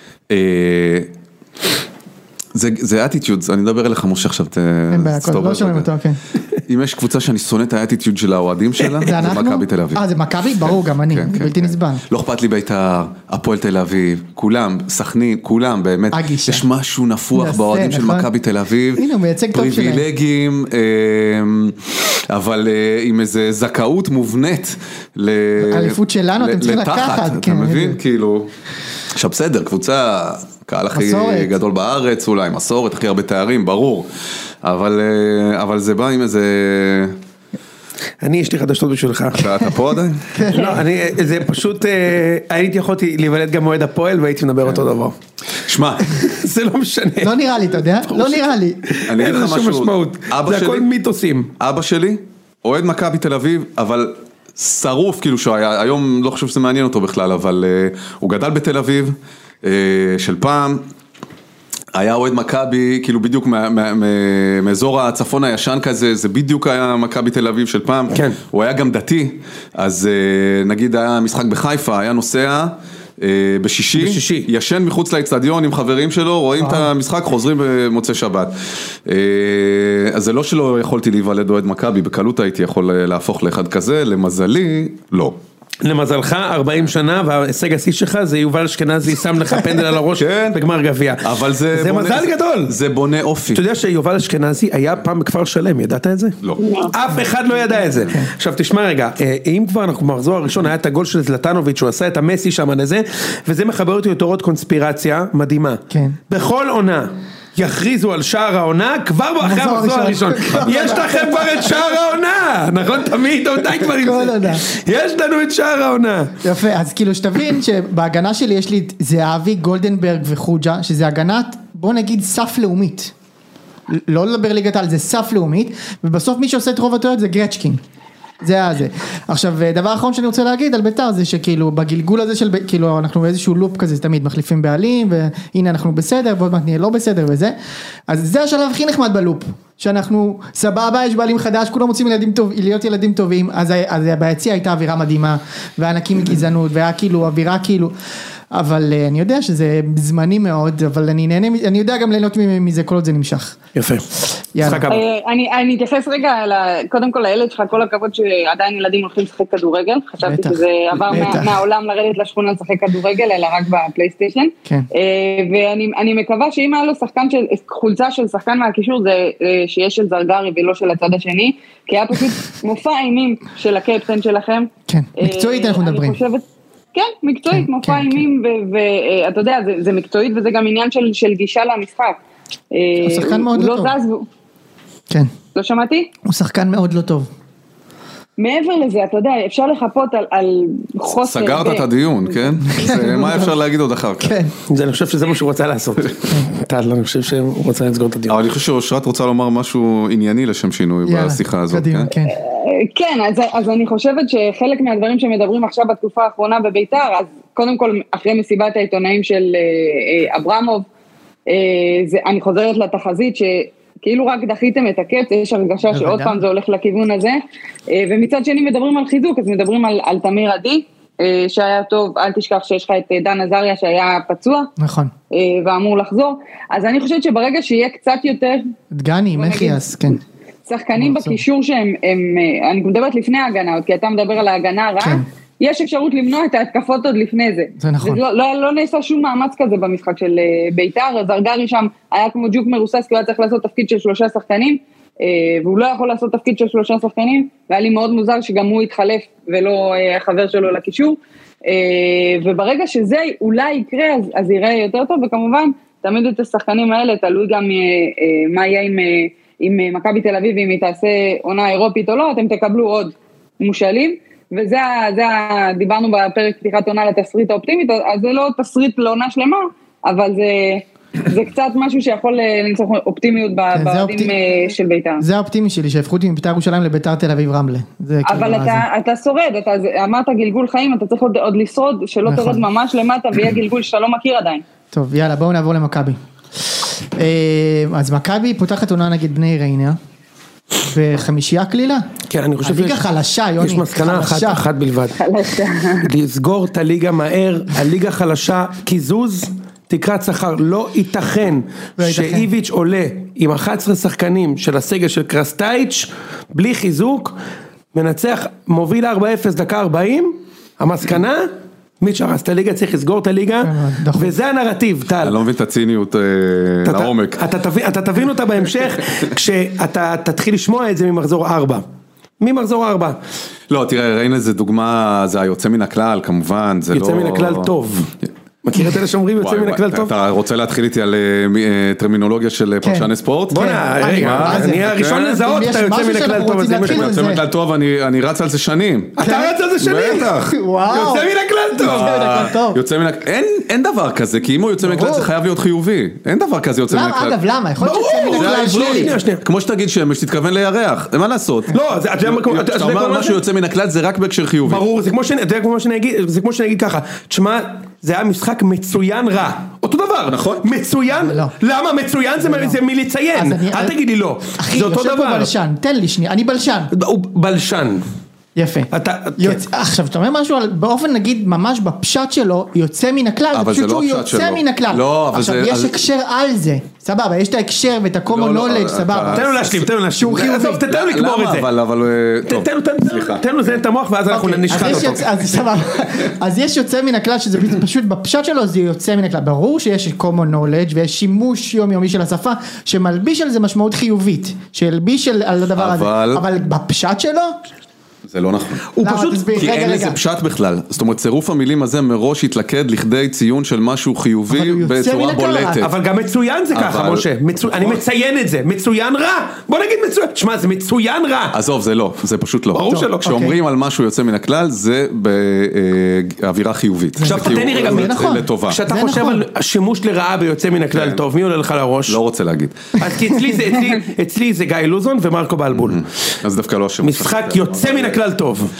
זה attitude, אני מדבר אליך משה עכשיו, אין בעיה, לא שומעים אותו, כן. אם יש קבוצה שאני שונא את האטיטיוד של האוהדים שלה, זה מכבי תל אביב. זה מכבי? ברור, גם אני, בלתי נסבל. לא אכפת לי בית"ר, הפועל תל אביב, כולם, סכנין, כולם, באמת, יש משהו נפוח באוהדים של מכבי תל אביב, פריבילגים, אבל עם איזה זכאות מובנית, האליפות שלנו, אתם צריכים לקחת, אתה מבין, כאילו, עכשיו בסדר, קבוצה, קהל הכי גדול בארץ, אולי מסורת, הכי הרבה תארים, ברור, אבל זה בא עם איזה... יש לי חדשות בשבילך. אתה פה עדיין? לא, זה פשוט, הייתי יכולתי להיוולד גם מועד הפועל והייתי מדבר אותו דבר. שמע, זה לא משנה. לא נראה לי, אתה יודע? לא נראה לי. אני אגיד לך משהו, זה הכל מיתוסים. אבא שלי, אוהד מכבי תל אביב, אבל שרוף כאילו שהוא היה, היום לא חושב שזה מעניין אותו בכלל, אבל הוא גדל בתל אביב, של פעם, היה אוהד מכבי, כאילו בדיוק מאזור הצפון הישן כזה, זה בדיוק היה מכבי תל אביב של פעם, כן. הוא היה גם דתי, אז נגיד היה משחק בחיפה, היה נוסע בשישי, ישן מחוץ לאצטדיון עם חברים שלו, רואים את המשחק, חוזרים במוצאי שבת. אז זה לא שלא יכולתי להיוולד אוהד מכבי, בקלות הייתי יכול להפוך לאחד כזה, למזלי, לא. למזלך 40 שנה וההישג השיא שלך זה יובל אשכנזי שם לך פנדל על הראש בגמר גביע. אבל זה מזל גדול. זה בונה אופי. אתה יודע שיובל אשכנזי היה פעם בכפר שלם, ידעת את זה? לא. אף אחד לא ידע את זה. עכשיו תשמע רגע, אם כבר אנחנו במחזור הראשון היה את הגול של זלטנוביץ', הוא עשה את המסי שם לזה, וזה מחבר אותי יותר עוד קונספירציה מדהימה. בכל עונה יכריזו על שער העונה כבר אחרי המחזור הראשון. יש לכם כבר את שער העונה, נכון? תמיד די כבר עם זה. יש לנו את שער העונה. יפה, אז כאילו שתבין שבהגנה שלי יש לי את זהבי, גולדנברג וחוג'ה, שזה הגנת, בוא נגיד סף לאומית. לא לדבר ליגת העל, זה סף לאומית, ובסוף מי שעושה את רוב הטעויות זה גרצ'קין. זה היה זה. עכשיו, דבר אחרון שאני רוצה להגיד על ביתר זה שכאילו בגלגול הזה של, כאילו אנחנו באיזשהו לופ כזה, תמיד מחליפים בעלים, והנה אנחנו בסדר, ועוד מעט נהיה לא בסדר וזה. אז זה השלב הכי נחמד בלופ, שאנחנו סבבה, יש בעלים חדש, כולם רוצים להיות ילדים טובים, אז ביציע הייתה אווירה מדהימה, והענקים גזענות, והיה כאילו אווירה כאילו, אבל אני יודע שזה זמני מאוד, אבל אני יודע גם ליהנות מזה כל עוד זה נמשך. יפה. אני אתייחס רגע, קודם כל לילד שלך, כל הכבוד שעדיין ילדים הולכים לשחק כדורגל, חשבתי שזה עבר מהעולם לרדת לשכונה לשחק כדורגל, אלא רק בפלייסטיישן, ואני מקווה שאם היה לו חולצה של שחקן מהקישור, זה שיש של זרגרי ולא של הצד השני, כי היה פשוט מופע אימים של הקפטן שלכם. כן, מקצועית אנחנו מדברים. כן, מקצועית, מופע אימים, ואתה יודע, זה מקצועית וזה גם עניין של גישה למשחק. הוא שחקן מאוד לא טוב. כן. לא שמעתי? הוא שחקן מאוד לא טוב. מעבר לזה, אתה יודע, אפשר לחפות על חוסר. סגרת את הדיון, כן? מה אפשר להגיד עוד אחר כך? כן. אני חושב שזה מה שהוא רוצה לעשות. טל, אני חושב שהוא רוצה לסגור את הדיון. אבל אני חושב שאושרת רוצה לומר משהו ענייני לשם שינוי בשיחה הזאת. כן, אז אני חושבת שחלק מהדברים שמדברים עכשיו בתקופה האחרונה בביתר, אז קודם כל אחרי מסיבת העיתונאים של אברמוב, אני חוזרת לתחזית כאילו רק דחיתם את הקץ, יש הרגשה שעוד פעם זה הולך לכיוון הזה, ומצד שני מדברים על חיזוק, אז מדברים על תמיר עדי, שהיה טוב, אל תשכח שיש לך את דן עזריה שהיה פצוע, נכון, ואמור לחזור, אז אני חושבת שברגע שיהיה קצת יותר, דגני, מחיאס, כן, שחקנים בקישור שהם, אני מדברת לפני ההגנה, כי אתה מדבר על ההגנה רע, יש אפשרות למנוע את ההתקפות עוד לפני זה. זה נכון. לא נעשה שום מאמץ כזה במשחק של ביתר, זרגרי שם היה כמו ג'וק מרוסס, כי הוא היה צריך לעשות תפקיד של 3 שחקנים, והוא לא יכול לעשות תפקיד של 3 שחקנים, והיה לי מאוד מוזר שגם הוא יתחלף, ולא החבר שלו לקישור, וברגע שזה אולי יקרה, אז יראה יותר טוב, וכמובן, תמיד את השחקנים האלה, תלוי גם מה יהיה עם מכבי תל אביב, אם היא תעשה עונה אירופית או לא, אתם תקבלו עוד מושאלים, וזה, דיברנו בפרק פתיחת עונה לתסריט האופטימית, אז זה לא תסריט לעונה שלמה, אבל זה קצת משהו שיכול למצוא אופטימיות בעדים של ביתר. זה האופטימי שלי, שהפכו אותי מביתר ירושלים לביתר תל אביב רמלה. אבל אתה שורד, אמרת גלגול חיים, אתה צריך עוד לשרוד, שלא תרד ממש למטה, ויהיה גלגול שאתה לא מכיר עדיין. טוב, יאללה, בואו נעבור למכבי. אז מכבי פותחת עונה נגד בני ריינה, בחמישייה כלילה. כן, אני חושב הליגה חלשה, יוני. יש מסקנה אחת בלבד. חלשה. לסגור את הליגה מהר, הליגה חלשה, קיזוז, תקרת שכר, לא ייתכן שאיביץ' עולה עם 11 שחקנים של הסגל של קרסטייץ', בלי חיזוק, מנצח, מוביל 4-0 דקה 40, המסקנה, מיץ'ר, אז את הליגה צריך לסגור את הליגה, וזה הנרטיב, טל. אני לא מבין את הציניות לעומק. אתה תבין אותה בהמשך, כשאתה תתחיל לשמוע את זה ממחזור 4. ממחזור 4. לא, תראה, ראינו איזה דוגמה, זה היוצא מן הכלל, כמובן, זה לא... יוצא מן הכלל טוב. מכיר את אלה שאומרים יוצא מן הכלל טוב? אתה רוצה להתחיל איתי על טרמינולוגיה של פרשני ספורט? בוא'נה, רגע, אני הראשון לזהות, אתה יוצא מן הכלל טוב. יוצא מן הכלל טוב, אני רץ על זה שנים. אתה רץ על זה שנים? בטח. יוצא מן הכלל טוב. יוצא מן הכלל, אין דבר כזה, כי אם הוא יוצא מן הכלל זה חייב להיות חיובי. אין דבר כזה יוצא מן הכלל. אגב, למה? יכול להיות שיוצא מן הכלל שלילי. כמו שתגיד שמש, תתכוון לירח, מה לעשות? לא, אתה אומר משהו יוצא מן הכלל, זה רק בהקשר חיובי. ברור, זה כמו שאני אגיד ככה, תשמע, זה היה משחק מצוין רע, אותו דבר, נכון? מצוין, למה מצוין זה מלציין, אל תגיד לי לא, אחי, יושב פה בלשן, תן לי שנייה, אני בלשן. הוא בלשן. יפה. עכשיו, אתה אומר משהו באופן נגיד ממש בפשט שלו, יוצא מן הכלל, אבל זה לא הפשט שלו. מן הכלל. לא, עכשיו, יש הקשר על זה, סבבה, יש את ההקשר ואת ה-common knowledge, סבבה. תן לו להשלים. עזוב, תן לו לקבור את זה. תן לו זה את המוח ואז אנחנו נשחט אותו. אז סבבה. אז יש יוצא מן הכלל, שזה פשוט בפשט שלו, זה יוצא מן הכלל. ברור שיש common knowledge ויש שימוש יומיומי של השפה, שמלביש על זה משמעות חיובית, שלביש על הדבר הזה. אבל בפשט שלו, זה לא נכון. הוא פשוט, כי אין לזה פשט בכלל. זאת אומרת, צירוף המילים הזה מראש התלכד לכדי ציון של משהו חיובי בצורה בולטת. אבל גם מצוין זה ככה, משה. אני מציין את זה. מצוין רע. בוא נגיד מצוין. שמע, זה מצוין רע. עזוב, זה לא. זה פשוט לא. ברור שלא. כשאומרים על משהו יוצא מן הכלל, זה באווירה חיובית. עכשיו, תתן לי רגע, לטובה. כשאתה חושב על שימוש לרעה ביוצא מן הכלל טוב, מי עולה לך לראש? לא רוצה להגיד. אז כי אצלי זה גיא לוזון ומרקו בלבול. אז דווקא לא השימוש. משחק יוצא מן הכלל טוב.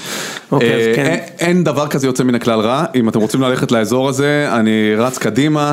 אין דבר כזה יוצא מן הכלל רע. אם אתם רוצים ללכת לאזור הזה, אני רץ קדימה.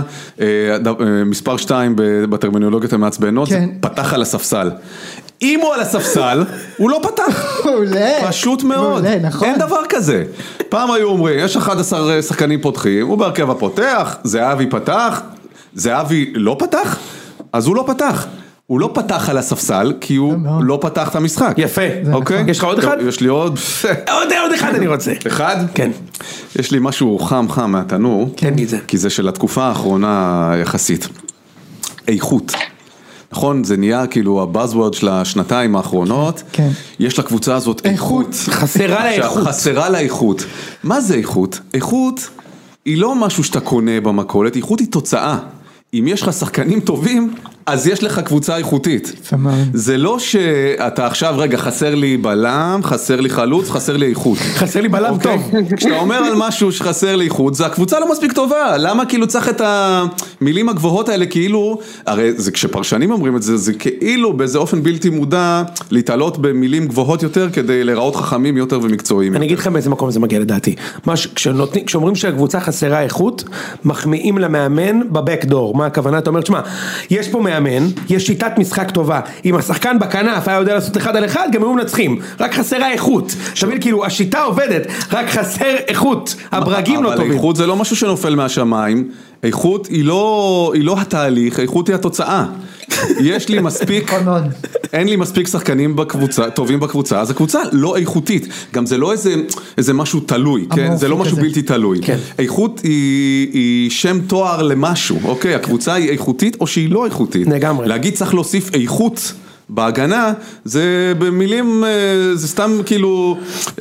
מספר 2 בטרמינולוגיות המעצבנות, זה פתח על הספסל. אם הוא על הספסל, הוא לא פתח. פשוט מאוד. אין דבר כזה. פעם היו אומרים, יש 11 שחקנים פותחים, הוא בהרכב הפותח, זהבי פתח, זהבי לא פתח, אז הוא לא פתח. הוא לא פתח על הספסל, כי הוא לא פתח את המשחק. יפה. אוקיי? יש לך עוד אחד? יש לי עוד. עוד אחד אני רוצה. אחד? כן. יש לי משהו חם מהתנור. כן, מי זה? כי זה של התקופה האחרונה יחסית. איכות. נכון? זה נהיה כאילו הבאזוורד של השנתיים האחרונות. כן. יש לקבוצה הזאת איכות. חסרה לאיכות. חסרה לאיכות. מה זה איכות? איכות היא לא משהו שאתה קונה במכולת, איכות היא תוצאה. אם יש לך שחקנים טובים, אז יש לך קבוצה איכותית. זה לא שאתה עכשיו, רגע, חסר לי בלם, חסר לי חלוץ, חסר לי איכות. חסר לי בלם טוב. כשאתה אומר על משהו שחסר לי איכות, זה הקבוצה לא מספיק טובה. למה כאילו צריך את המילים הגבוהות האלה, כאילו, הרי זה כשפרשנים אומרים את זה, זה כאילו באיזה אופן בלתי מודע, להתעלות במילים גבוהות יותר, כדי להיראות חכמים יותר ומקצועיים. אני אגיד לכם באיזה מקום זה מגיע לדעתי. כשאומרים שהקבוצה חסרה איכות, מחמיאים למאמן בבקדור. מה הכוונה? אתה אומר, תשמע, יש פה מאמן, יש שיטת משחק טובה, אם השחקן בכנף היה יודע לעשות 1 על 1, גם היו מנצחים, רק חסרה איכות. תבין, כאילו, השיטה עובדת, רק חסר איכות, הברגים לא טובים. אבל איכות זה לא משהו שנופל מהשמיים, איכות היא לא התהליך, איכות היא התוצאה. יש לי מספיק, אין לי מספיק שחקנים בקבוצה, טובים בקבוצה, אז הקבוצה לא איכותית, גם זה לא איזה משהו תלוי, כן? זה לא משהו בלתי תלוי. איכות היא שם תואר למשהו, אוקיי? הקבוצה היא איכותית או שהיא לא איכותית. לגמרי. להגיד צריך להוסיף איכות בהגנה, זה במילים, זה סתם כאילו,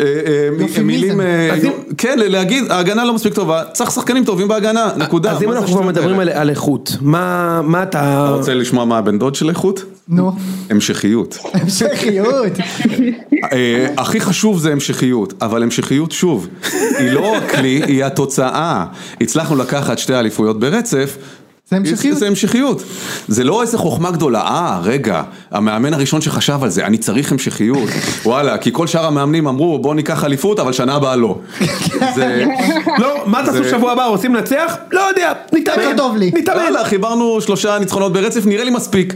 מילים, כן, להגיד, ההגנה לא מספיק טובה, צריך שחקנים טובים בהגנה, נקודה. אז אם אנחנו כבר מדברים על איכות, מה אתה רוצה לשמוע מה הבן דוד של איכות? נו. המשכיות. המשכיות. הכי חשוב זה המשכיות, אבל המשכיות שוב, היא לא הכלי, היא התוצאה. הצלחנו לקחת 2 אליפויות ברצף, זה המשכיות. זה המשכיות. זה לא איזה חוכמה גדולה, רגע, המאמן הראשון שחשב על זה, אני צריך המשכיות. וואלה, כי כל שאר המאמנים אמרו, בוא ניקח אליפות, אבל שנה הבאה לא. לא, מה תעשו שבוע הבא, רוצים לנצח? לא יודע, נתאמן. טוב לי. נתאמן. חיברנו 3 ניצחונות ברצף, נראה לי מספיק.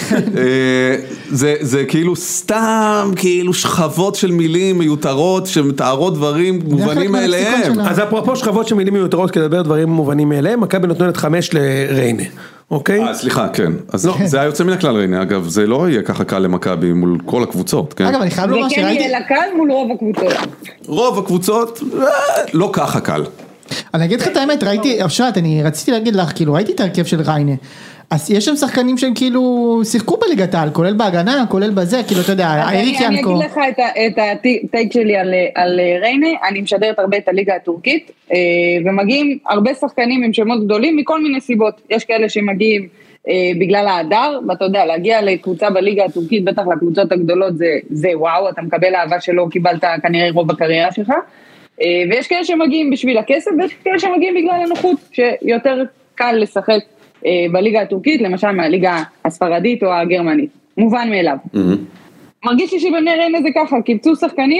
זה כאילו סתם, כאילו שכבות של מילים מיותרות, שמתארות דברים מובנים מאליהם. אז אפרופו שכבות של מילים מיותרות, כדבר דברים מובנים מאליהם, מכבי נותנת 5 לריינה. אוקיי? סליחה, כן. אז זה היה יוצא מן הכלל ריינה, אגב, זה לא יהיה ככה קל למכבי מול כל הקבוצות, כן? אגב, אני חייב לומר שראיתי... זה כן יהיה לה קל מול רוב הקבוצות. רוב הקבוצות, לא ככה קל. אני אגיד לך את האמת, ראיתי, אושרת, אני רציתי להגיד לך, כאילו, ראיתי את ההרכב של ריינה, אז יש שם שחקנים שהם כאילו שיחקו בליגת העל, כולל בהגנה, כולל בזה, כאילו, אתה יודע, אריק ינקו. אני אגיד לך את הטייק שלי על ריינה, אני משדרת הרבה את הליגה הטורקית, ומגיעים הרבה שחקנים עם שמות גדולים מכל מיני סיבות, יש כאלה שמגיעים בגלל ההדר, ואתה יודע, להגיע לקבוצה בליגה הטורקית, בטח לקבוצות הגדולות זה וואו, אתה מקבל אהבה שלא קיבלת כנראה רוב בקריירה שלך, ויש כאלה שמגיעים בשביל הכסף, ויש כאלה שמגיעים בגלל הנוחות, שיותר קל לשחק בליגה הטורקית, למשל מהליגה הספרדית או הגרמנית, מובן מאליו. מרגיש לי שבני ריינה זה ככה, קיבצו שחקנים,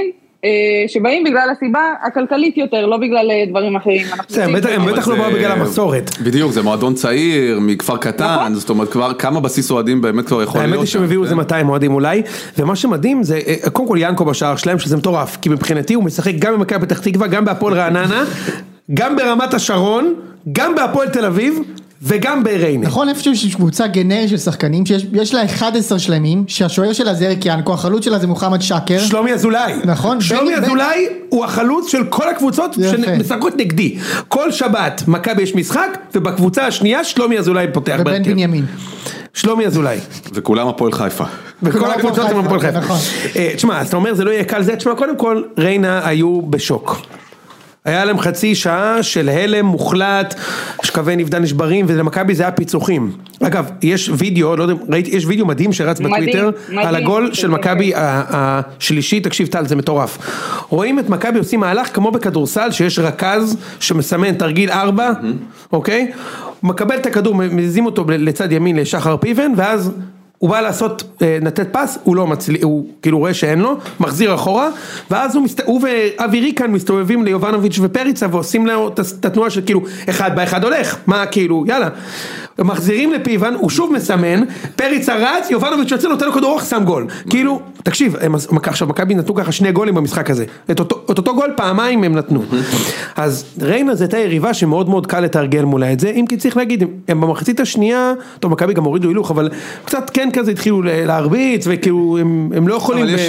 שבאים בגלל הסיבה הכלכלית יותר, לא בגלל דברים אחרים. הם בטח לא באו בגלל המסורת. בדיוק, זה מועדון צעיר, מכפר קטן, זאת אומרת, כמה בסיס אוהדים באמת כבר יכול להיות. האמת היא שהם הביאו איזה 200 אוהדים אולי, ומה שמדהים זה, קודם כל ינקו בשער שלהם, שזה מטורף, כי מבחינתי הוא משחק גם במכבי פתח תקווה, גם בהפועל רעננה, גם ברמת השרון, גם בהפועל תל אביב, וגם בריינה. נכון, איפשהו שיש קבוצה גנרית של שחקנים, שיש לה 11 שלמים, שהשוער שלה זה אריק ינקו, החלוץ שלה זה מוחמד שקר. שלומי אזולאי. נכון. שלומי אזולאי הוא החלוץ של כל הקבוצות שמשחקות נגדי. כל שבת מכבי יש משחק, ובקבוצה השנייה שלומי אזולאי פותח בהרכב. ובן בנימין. שלומי אזולאי. וכולם הפועל חיפה. וכל הקבוצות הם הפועל חיפה. תשמע, אז אתה אומר זה לא יהיה קל זה, תשמע, קודם כל ריינה היו בשוק. היה להם חצי שעה של הלם מוחלט, שקווי נבדה נשברים, ולמכבי זה היה פיצוחים. אגב, יש וידאו, לא יודע, ראיתי, יש וידאו מדהים שרץ בטוויטר, על הגול של מכבי השלישי, תקשיב טל, זה מטורף. רואים את מכבי עושים מהלך כמו בכדורסל, שיש רכז שמסמן תרגיל 4, אוקיי? הוא מקבל את הכדור, מזיזים אותו לצד ימין לשחר פיבן, ואז הוא בא לעשות, נתת פס, הוא לא מצליח, הוא כאילו רואה שאין לו, מחזיר אחורה, ואז הוא ואווירי כאן מסתובבים ליובנוביץ' ופריצה, ועושים לו את התנועה של כאילו, אחד באחד הולך, מה כאילו, יאללה, מחזירים לפיבן, הוא שוב מסמן, פריצה רץ, יובנוביץ' יוצא, נותן לו כדור אורך, שם גול, כאילו, תקשיב, עכשיו מכבי נתנו ככה 2 גולים במשחק הזה, את אותו גול פעמיים הם נתנו, אז ריינה זה הייתה יריבה שמאוד מאוד קל לתרגל מולה את זה, אם כי צריך להגיד, הם במחצית השנייה, טוב מכבי גם הורידו הילוך, אבל קצת כן כזה התחילו להרביץ, וכאילו הם לא יכולים... אבל יש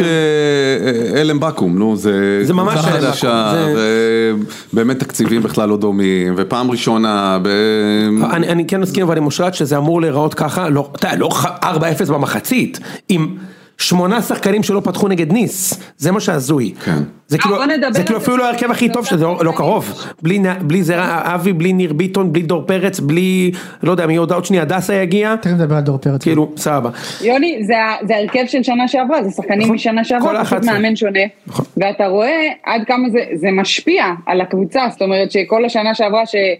אלם בקום, נו, זה ממש חדשה, ובאמת תקציבים בכלל לא דומים, ופעם ראשונה... אני כן מסכים, אבל עם אושרת שזה אמור להיראות ככה, לא 4-0 במחצית, עם 8 שחקנים שלא פתחו נגד ניס, זה מה שעזוי. זה כאילו אפילו לא הרכב הכי טוב, שזה לא קרוב, בלי זרע אבי, בלי ניר ביטון, בלי דור פרץ, בלי, לא יודע, מי עוד שנייה דסה יגיע. תכף נדבר על דור פרץ. כאילו, סבבה. יוני, זה הרכב של שנה שעברה, זה שחקנים משנה שעברה, פשוט מאמן שונה, ואתה רואה עד כמה זה משפיע על הקבוצה, זאת אומרת שכל השנה שעברה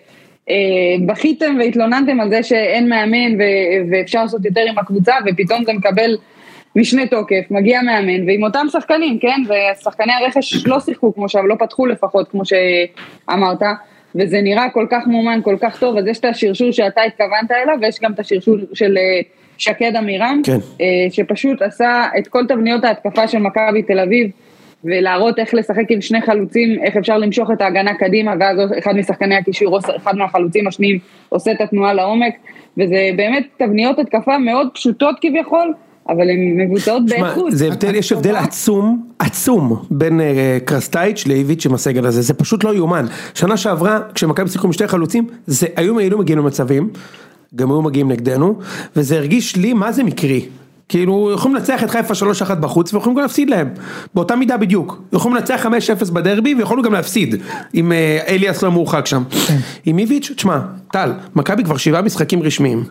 בכיתם והתלוננתם על זה שאין מאמן ואפשר לעשות יותר עם הקבוצה, ופתאום זה מקבל משנה תוקף, מגיע מאמן, ועם אותם שחקנים, כן, ושחקני הרכש לא שיחקו כמו שם, לא פתחו לפחות כמו שאמרת, וזה נראה כל כך מומן, כל כך טוב, אז יש את השרשור שאתה התכוונת אליו, ויש גם את השרשור של שקד אמירם, כן. שפשוט עשה את כל תבניות ההתקפה של מכבי תל אביב, ולהראות איך לשחק עם 2 חלוצים, איך אפשר למשוך את ההגנה קדימה, ואז אחד משחקני הקישור, אחד מהחלוצים השניים, עושה את התנועה לעומק, וזה באמת תבניות התקפה מאוד פשוטות כביכול, אבל הן מבוצעות באיכות. יש הבדל עצום בין קרסטייץ' לאיביץ' עם הסגל הזה, זה פשוט לא יומן. שנה שעברה, כשמכבי שיחקו עם 2 חלוצים, היו מגיעים למצבים, גם היו מגיעים נגדנו, וזה הרגיש לי מה זה מקרי. כאילו, יכולים לנצח את חיפה 3-1 בחוץ, ויכולים גם להפסיד להם, באותה מידה בדיוק. יכולים לנצח 5-0 בדרבי, ויכולנו גם להפסיד, עם אליאס לא מורחק שם. עם איביץ', תשמע, טל, מכבי כבר 7 משחקים רשמיים.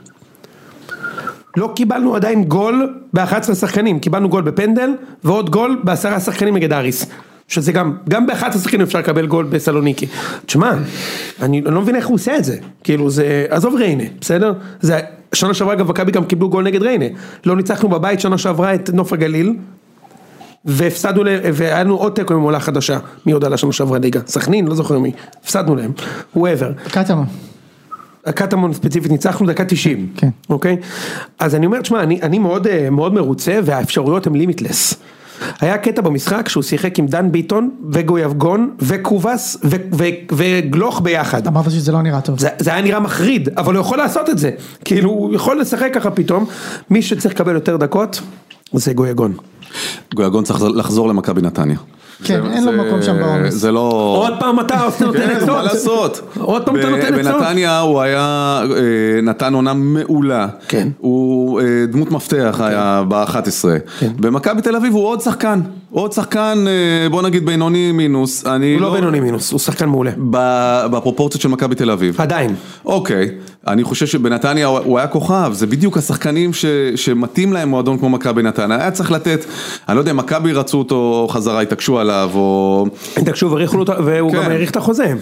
לא קיבלנו עדיין גול ב-11 שחקנים, קיבלנו גול בפנדל, ועוד גול ב10 שחקנים נגד אריס. שזה גם ב-11 שחקנים אפשר לקבל גול בסלוניקי. תשמע, אני לא מבין איך הוא עושה את זה. כאילו זה, עזוב ריינה, בסדר? זה, שנה שעברה אגב, מכבי גם קיבלו גול נגד ריינה. לא ניצחנו בבית שנה שעברה את נוף הגליל, והפסדנו להם, והיה לנו עוד תיקו עם עולה חדשה. מי יודע לה שנה שעברה ליגה? סכנין, לא זוכר מי. הפסדנו להם. whoever. קטמון. הקטמון ספציפית ניצחנו דקה 90. כן. אוקיי? אז אני אומר, תשמע, אני מאוד, מאוד מרוצה, והאפשרויות הן לימיטלס. היה קטע במשחק שהוא שיחק עם דן ביטון וגויבגון וקובס וגלוך ביחד. אמרת שזה לא נראה טוב. זה היה נראה מחריד, אבל הוא יכול לעשות את זה. כאילו הוא יכול לשחק ככה פתאום. מי שצריך לקבל יותר דקות זה גויגון. גויגון צריך לחזור למכבי נתניה. כן, אין לו מקום שם בעומס. זה לא... עוד פעם אתה נותן עצות. מה לעשות? עוד פעם אתה נותן עצות. בנתניה הוא היה, נתן עונה מעולה. כן. הוא דמות מפתח היה ב-11. במכבי תל אביב הוא עוד שחקן, בוא נגיד בינוני מינוס. הוא לא בינוני מינוס, הוא שחקן מעולה. בפרופורציות של מכבי תל אביב. עדיין. אוקיי. אני חושב שבנתניה הוא היה כוכב, זה בדיוק השחקנים שמתאים להם מועדון כמו מכבי נתניה. היה צריך לתת, אני לא יודע, מכבי רצו אותו חזרה, התעקשו עליו, או... תקשוב, והוא גם העריך את החוזה.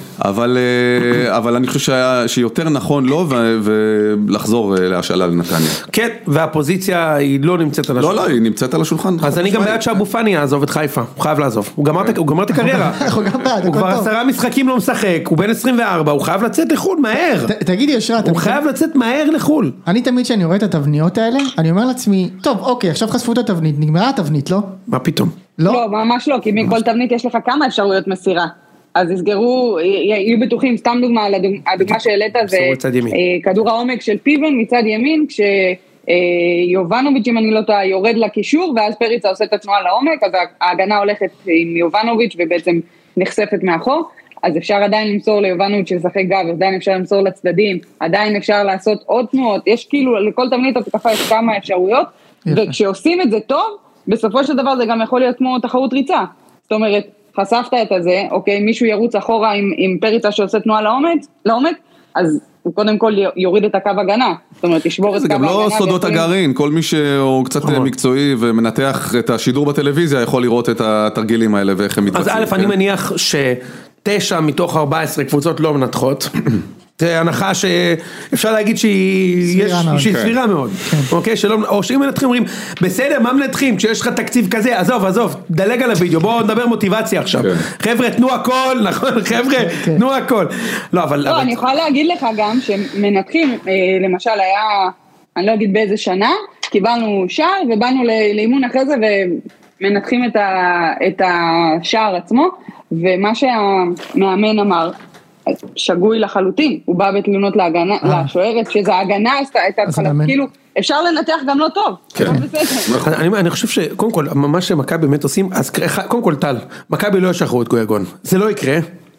אבל אני חושב שיותר נכון לו, ולחזור להשאלה לנתניה. כן, והפוזיציה היא לא נמצאת על השולחן. לא, היא נמצאת על השולחן. אז אני גם בעד שאבו פאני יעזוב את חיפה, הוא חייב לעזוב. הוא גמר את הקריירה. הוא כבר 10 משחקים לא משחק, הוא בן 24, הוא חייב לצאת לחול מהר. תגידי ישרת. הוא חייב לצאת מהר לחול. אני תמיד כשאני רואה את התבניות האלה, אני אומר לעצמי, טוב, אוקיי, עכשיו חשפו את התבנית, נגמרה התבנית, לא? מה פתאום? לא, ממש לא, כי מכל תבנית יש לך כמה אפשרויות מסירה. אז יסגרו, יהיו בטוחים, סתם דוגמה, הדוגמה שהעלית זה כדור העומק של פיבן מצד ימין, כשיובנוביץ' אם אני לא טועה, יורד לקישור, ואז פריצה עושה את התנועה לעומק, אז ההגנה הולכת עם יובנוביץ' ובעצם נחשפת מאחור, אז אפשר עדיין למסור ליובנוביץ' שלשחק גב, עדיין אפשר למסור לצדדים, עדיין אפשר לעשות עוד תנועות, יש כאילו, לכל תבנית התקפה יש כמה אפשרויות, וכשעושים את זה טוב, בסופו של דבר זה גם יכול להיות כמו תחרות ריצה, זאת אומרת, חשפת את הזה, אוקיי, מישהו ירוץ אחורה עם פריצה שעושה תנועה לעומק, אז הוא קודם כל יוריד את הקו הגנה, זאת אומרת, תשבור את קו הגנה. זה גם לא סודות הגרעין, כל מי שהוא קצת מקצועי ומנתח את השידור בטלוויזיה, יכול לראות את התרגילים האלה ואיך הם מתבצעים. אז א', אני מניח ש9 מתוך 14 קבוצות לא מנתחות, זה הנחה שאפשר להגיד שהיא סבירה מאוד, אוקיי? או שאם מנתחים אומרים, בסדר, מה מנתחים? כשיש לך תקציב כזה, עזוב, דלג על הוידאו, בואו נדבר מוטיבציה עכשיו. חבר'ה, תנו הכל, נכון? חבר'ה, תנו הכל. לא, אבל... לא, אני יכולה להגיד לך גם שמנתחים, למשל היה, אני לא אגיד באיזה שנה, קיבלנו שער ובאנו לאימון אחרי זה ומנתחים את השער עצמו, ומה שהמאמן אמר, שגוי לחלוטין, הוא בא בתלונות להגנה, לשוערת, שזה ההגנה הייתה כאילו, אפשר לנתח גם לא טוב. אני חושב שקודם כל, מה שמכבי באמת עושים, אז קודם כל טל, מכבי לא ישחררו את גויגון, זה לא יקרה,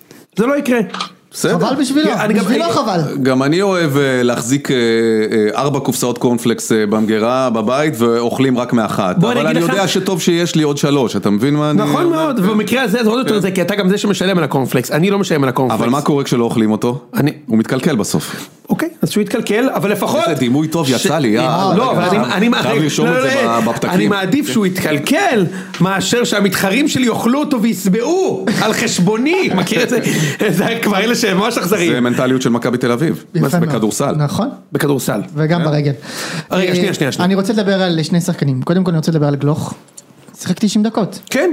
חבל בשבילו חבל. גם אני אוהב להחזיק 4 קופסאות קורנפלקס במגירה בבית ואוכלים רק מאחת, אבל אני יודע שטוב שיש לי עוד 3, אתה מבין מה אני... נכון מאוד, ובמקרה הזה זה עוד יותר זה, כי אתה גם זה שמשלם על הקורנפלקס, אני לא משלם על הקורנפלקס. אבל מה קורה כשלא אוכלים אותו? הוא מתקלקל בסוף. אוקיי, אז שהוא יתקלקל, אבל לפחות... איזה דימוי טוב יצא לי, לא, אבל אני מעדיף שהוא יתקלקל, מאשר שהמתחרים שלי יאכלו אותו ויסבעו על חשבוני, מכיר את זה? זה כבר אלה שהם ממש אכזריים. זה מנטליות של מכבי תל אביב, בכדורסל. נכון. בכדורסל. וגם ברגל. רגע, שנייה. אני רוצה לדבר על 2 שחקנים. קודם כל אני רוצה לדבר על גלוך. שיחק 90 דקות. כן.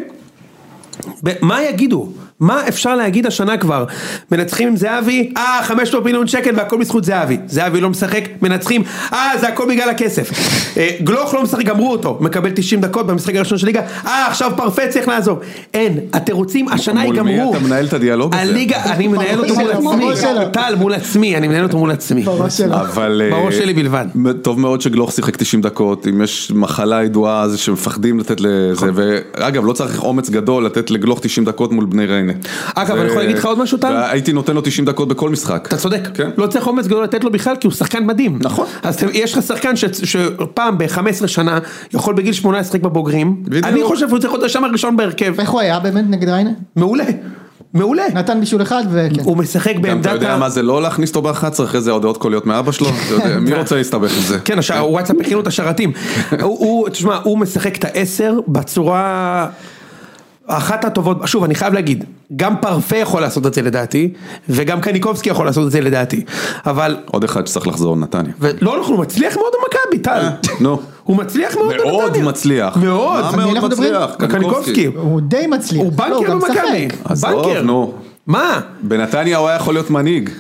מה יגידו? מה אפשר להגיד השנה כבר? מנצחים עם זהבי, 500 מיליון שקל והכל בזכות זהבי. זהבי לא משחק, מנצחים, זה הכל בגלל הכסף. גלוך לא משחק, גמרו אותו, מקבל 90 דקות במשחק הראשון של ליגה, עכשיו פרפה צריך לעזוב. אין, התירוצים השנה ייגמרו. מול מי אתה מנהל את הדיאלוג הזה? הליגה, אני מנהל אותו מול עצמי. טל, מול עצמי, אני מנהל אותו מול עצמי. בראש שלי בלבד. טוב מאוד שגלוך שיחק 90 דקות, אם יש מחלה ידועה זה שמפחדים לתת לזה, ואגב לא צריך אומץ גדול לתת לגלוך 90 דקות מול בני ריינה. אגב, אני יכול להגיד לך עוד משהו, טל? הייתי נותן לו 90 דקות בכל משחק. אתה צודק. לא צריך אומץ גדול לתת לו בכלל, כי הוא שחקן מדהים. נכון. אז יש לך שחקן שפעם ב-15 שנה יכול בגיל 18 בבוגרים. אני חושב שהוא צריך להיות השם הראשון בהרכב. איך הוא היה באמת נגד ריינה? מעולה. נתן בישול אחד וכן. הוא משחק בעמדת... אתה יודע מה זה לא להכניס אותו ב-11, אחרי זה הודעות קוליות מאבא שלו? מי רוצה להסתבך עם זה? כן, הוואטסאפ הכינו את השרתים. תשמע, הוא משחק את ה10 בצורה... אחת הטובות, שוב אני חייב להגיד, גם פרפה יכול לעשות את זה לדעתי, וגם קניקובסקי יכול לעשות את זה לדעתי, אבל... עוד אחד שצריך לחזור נתניה. לא, הוא מצליח מאוד במכבי, טל. נו. הוא מצליח מאוד בנתניה. מאוד מצליח. מאוד. מה מאוד מצליח? קניקובסקי. הוא די מצליח. הוא בנקר במכבי. בנקר. נו. מה? בנתניה הוא היה יכול להיות מנהיג.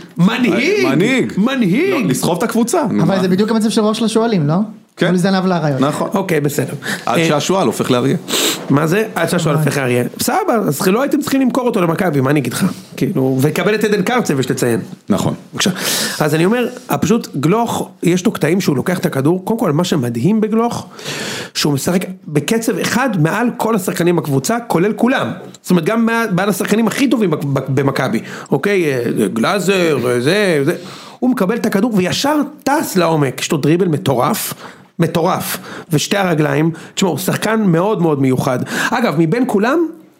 מנהיג. לסחוב את הקבוצה. אבל זה בדיוק המצב של ראש לשואלים, לא? כן. זנב להריות. נכון. אוקיי, בסדר. עד שהשואל הופך לאריה. מה זה? עד שהשואל הופך לאריה. סבבה, אז לא הייתם צריכים למכור אותו למכבי, מה אני אגיד לך? כאילו, וקבל את עדן קרצב, יש לציין. נכון. בבקשה. אז אני אומר, פשוט גלוך, יש לו קטעים שהוא לוקח את הכדור, קודם כל מה שמדהים בגלוך, שהוא משחק בקצב אחד מעל כל השחקנים בקבוצה, כולל כולם. זאת אומרת, גם מעל השחקנים הכי טובים במכבי. אוקיי? גלאזר, זה. הוא מקבל את הכדור וישר טס לעומק, יש לו דריבל מטורף, ושתי הרגליים, תשמעו, הוא שחקן מאוד מאוד מיוחד. אגב, מבין כולם,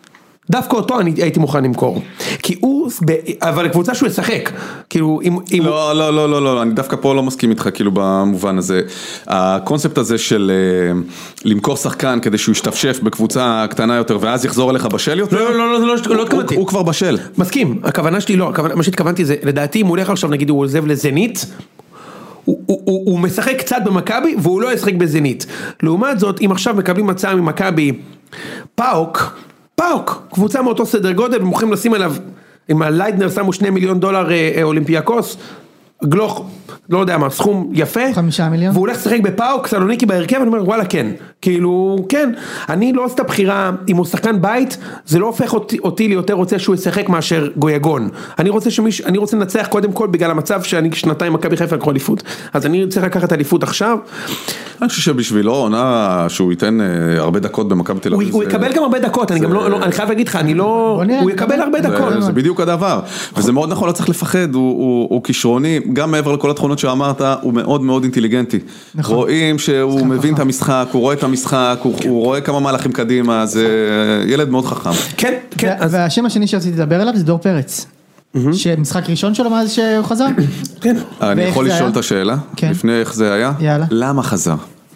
דווקא אותו אני הייתי מוכן למכור. כי הוא, אבל הקבוצה שהוא ישחק, כאילו, אם... לא, אני דווקא פה לא מסכים איתך, כאילו, במובן הזה. הקונספט הזה של למכור שחקן כדי שהוא ישתפשף בקבוצה קטנה יותר, ואז יחזור אליך בשל יותר? לא התכוונתי. הוא כבר בשל. מסכים, הכוונה שלי לא, מה שהתכוונתי זה, לדעתי אם הוא הולך עכשיו, נגיד הוא עוזב לזנית, הוא משחק קצת במכבי, והוא לא ישחק בזנית. לעומת זאת, אם עכשיו מקבלים מצע ממכבי, פאוק, קבוצה מאותו סדר גודל, ומוכרים לשים עליו, אם הליידנר שמו $2 מיליון אולימפיאקוס, גלוך, לא יודע מה, סכום יפה, 5 מיליון, והוא הולך לשחק בפאוק, סלוניקי בהרכב, אני אומר, וואלה, כן, כאילו, כן, אני לא עושה בחירה, אם הוא שחקן בית, זה לא הופך אותי ליותר רוצה שהוא ישחק מאשר גויגון, אני רוצה לנצח קודם כל, בגלל המצב שאני שנתיים מכבי חיפה לקחו אליפות, אז אני צריך לקחת אליפות עכשיו. אני חושב שבשבילו עונה שהוא ייתן הרבה דקות במכבי תל אביב. הוא יקבל גם הרבה דקות, אני גם לא, אני חייב להגיד לך, אני לא, הוא יקבל הרבה דקות. זה בדיוק הדבר, וזה מאוד נכון, לא צריך לפחד, הוא כישרוני, גם מעבר לכל התכונות שאמרת, הוא מאוד מאוד אינטליגנטי. רואים שהוא מבין את המשחק, הוא רואה את המשחק, הוא רואה כמה מהלכים קדימה, זה ילד מאוד חכם. כן, כן. והשם השני שרציתי לדבר עליו זה דור פרץ. שמשחק ראשון שלו מאז שהוא חזר? כן. אני יכול לשאול את השאלה? לפני איך זה היה? יאללה. למה חזר?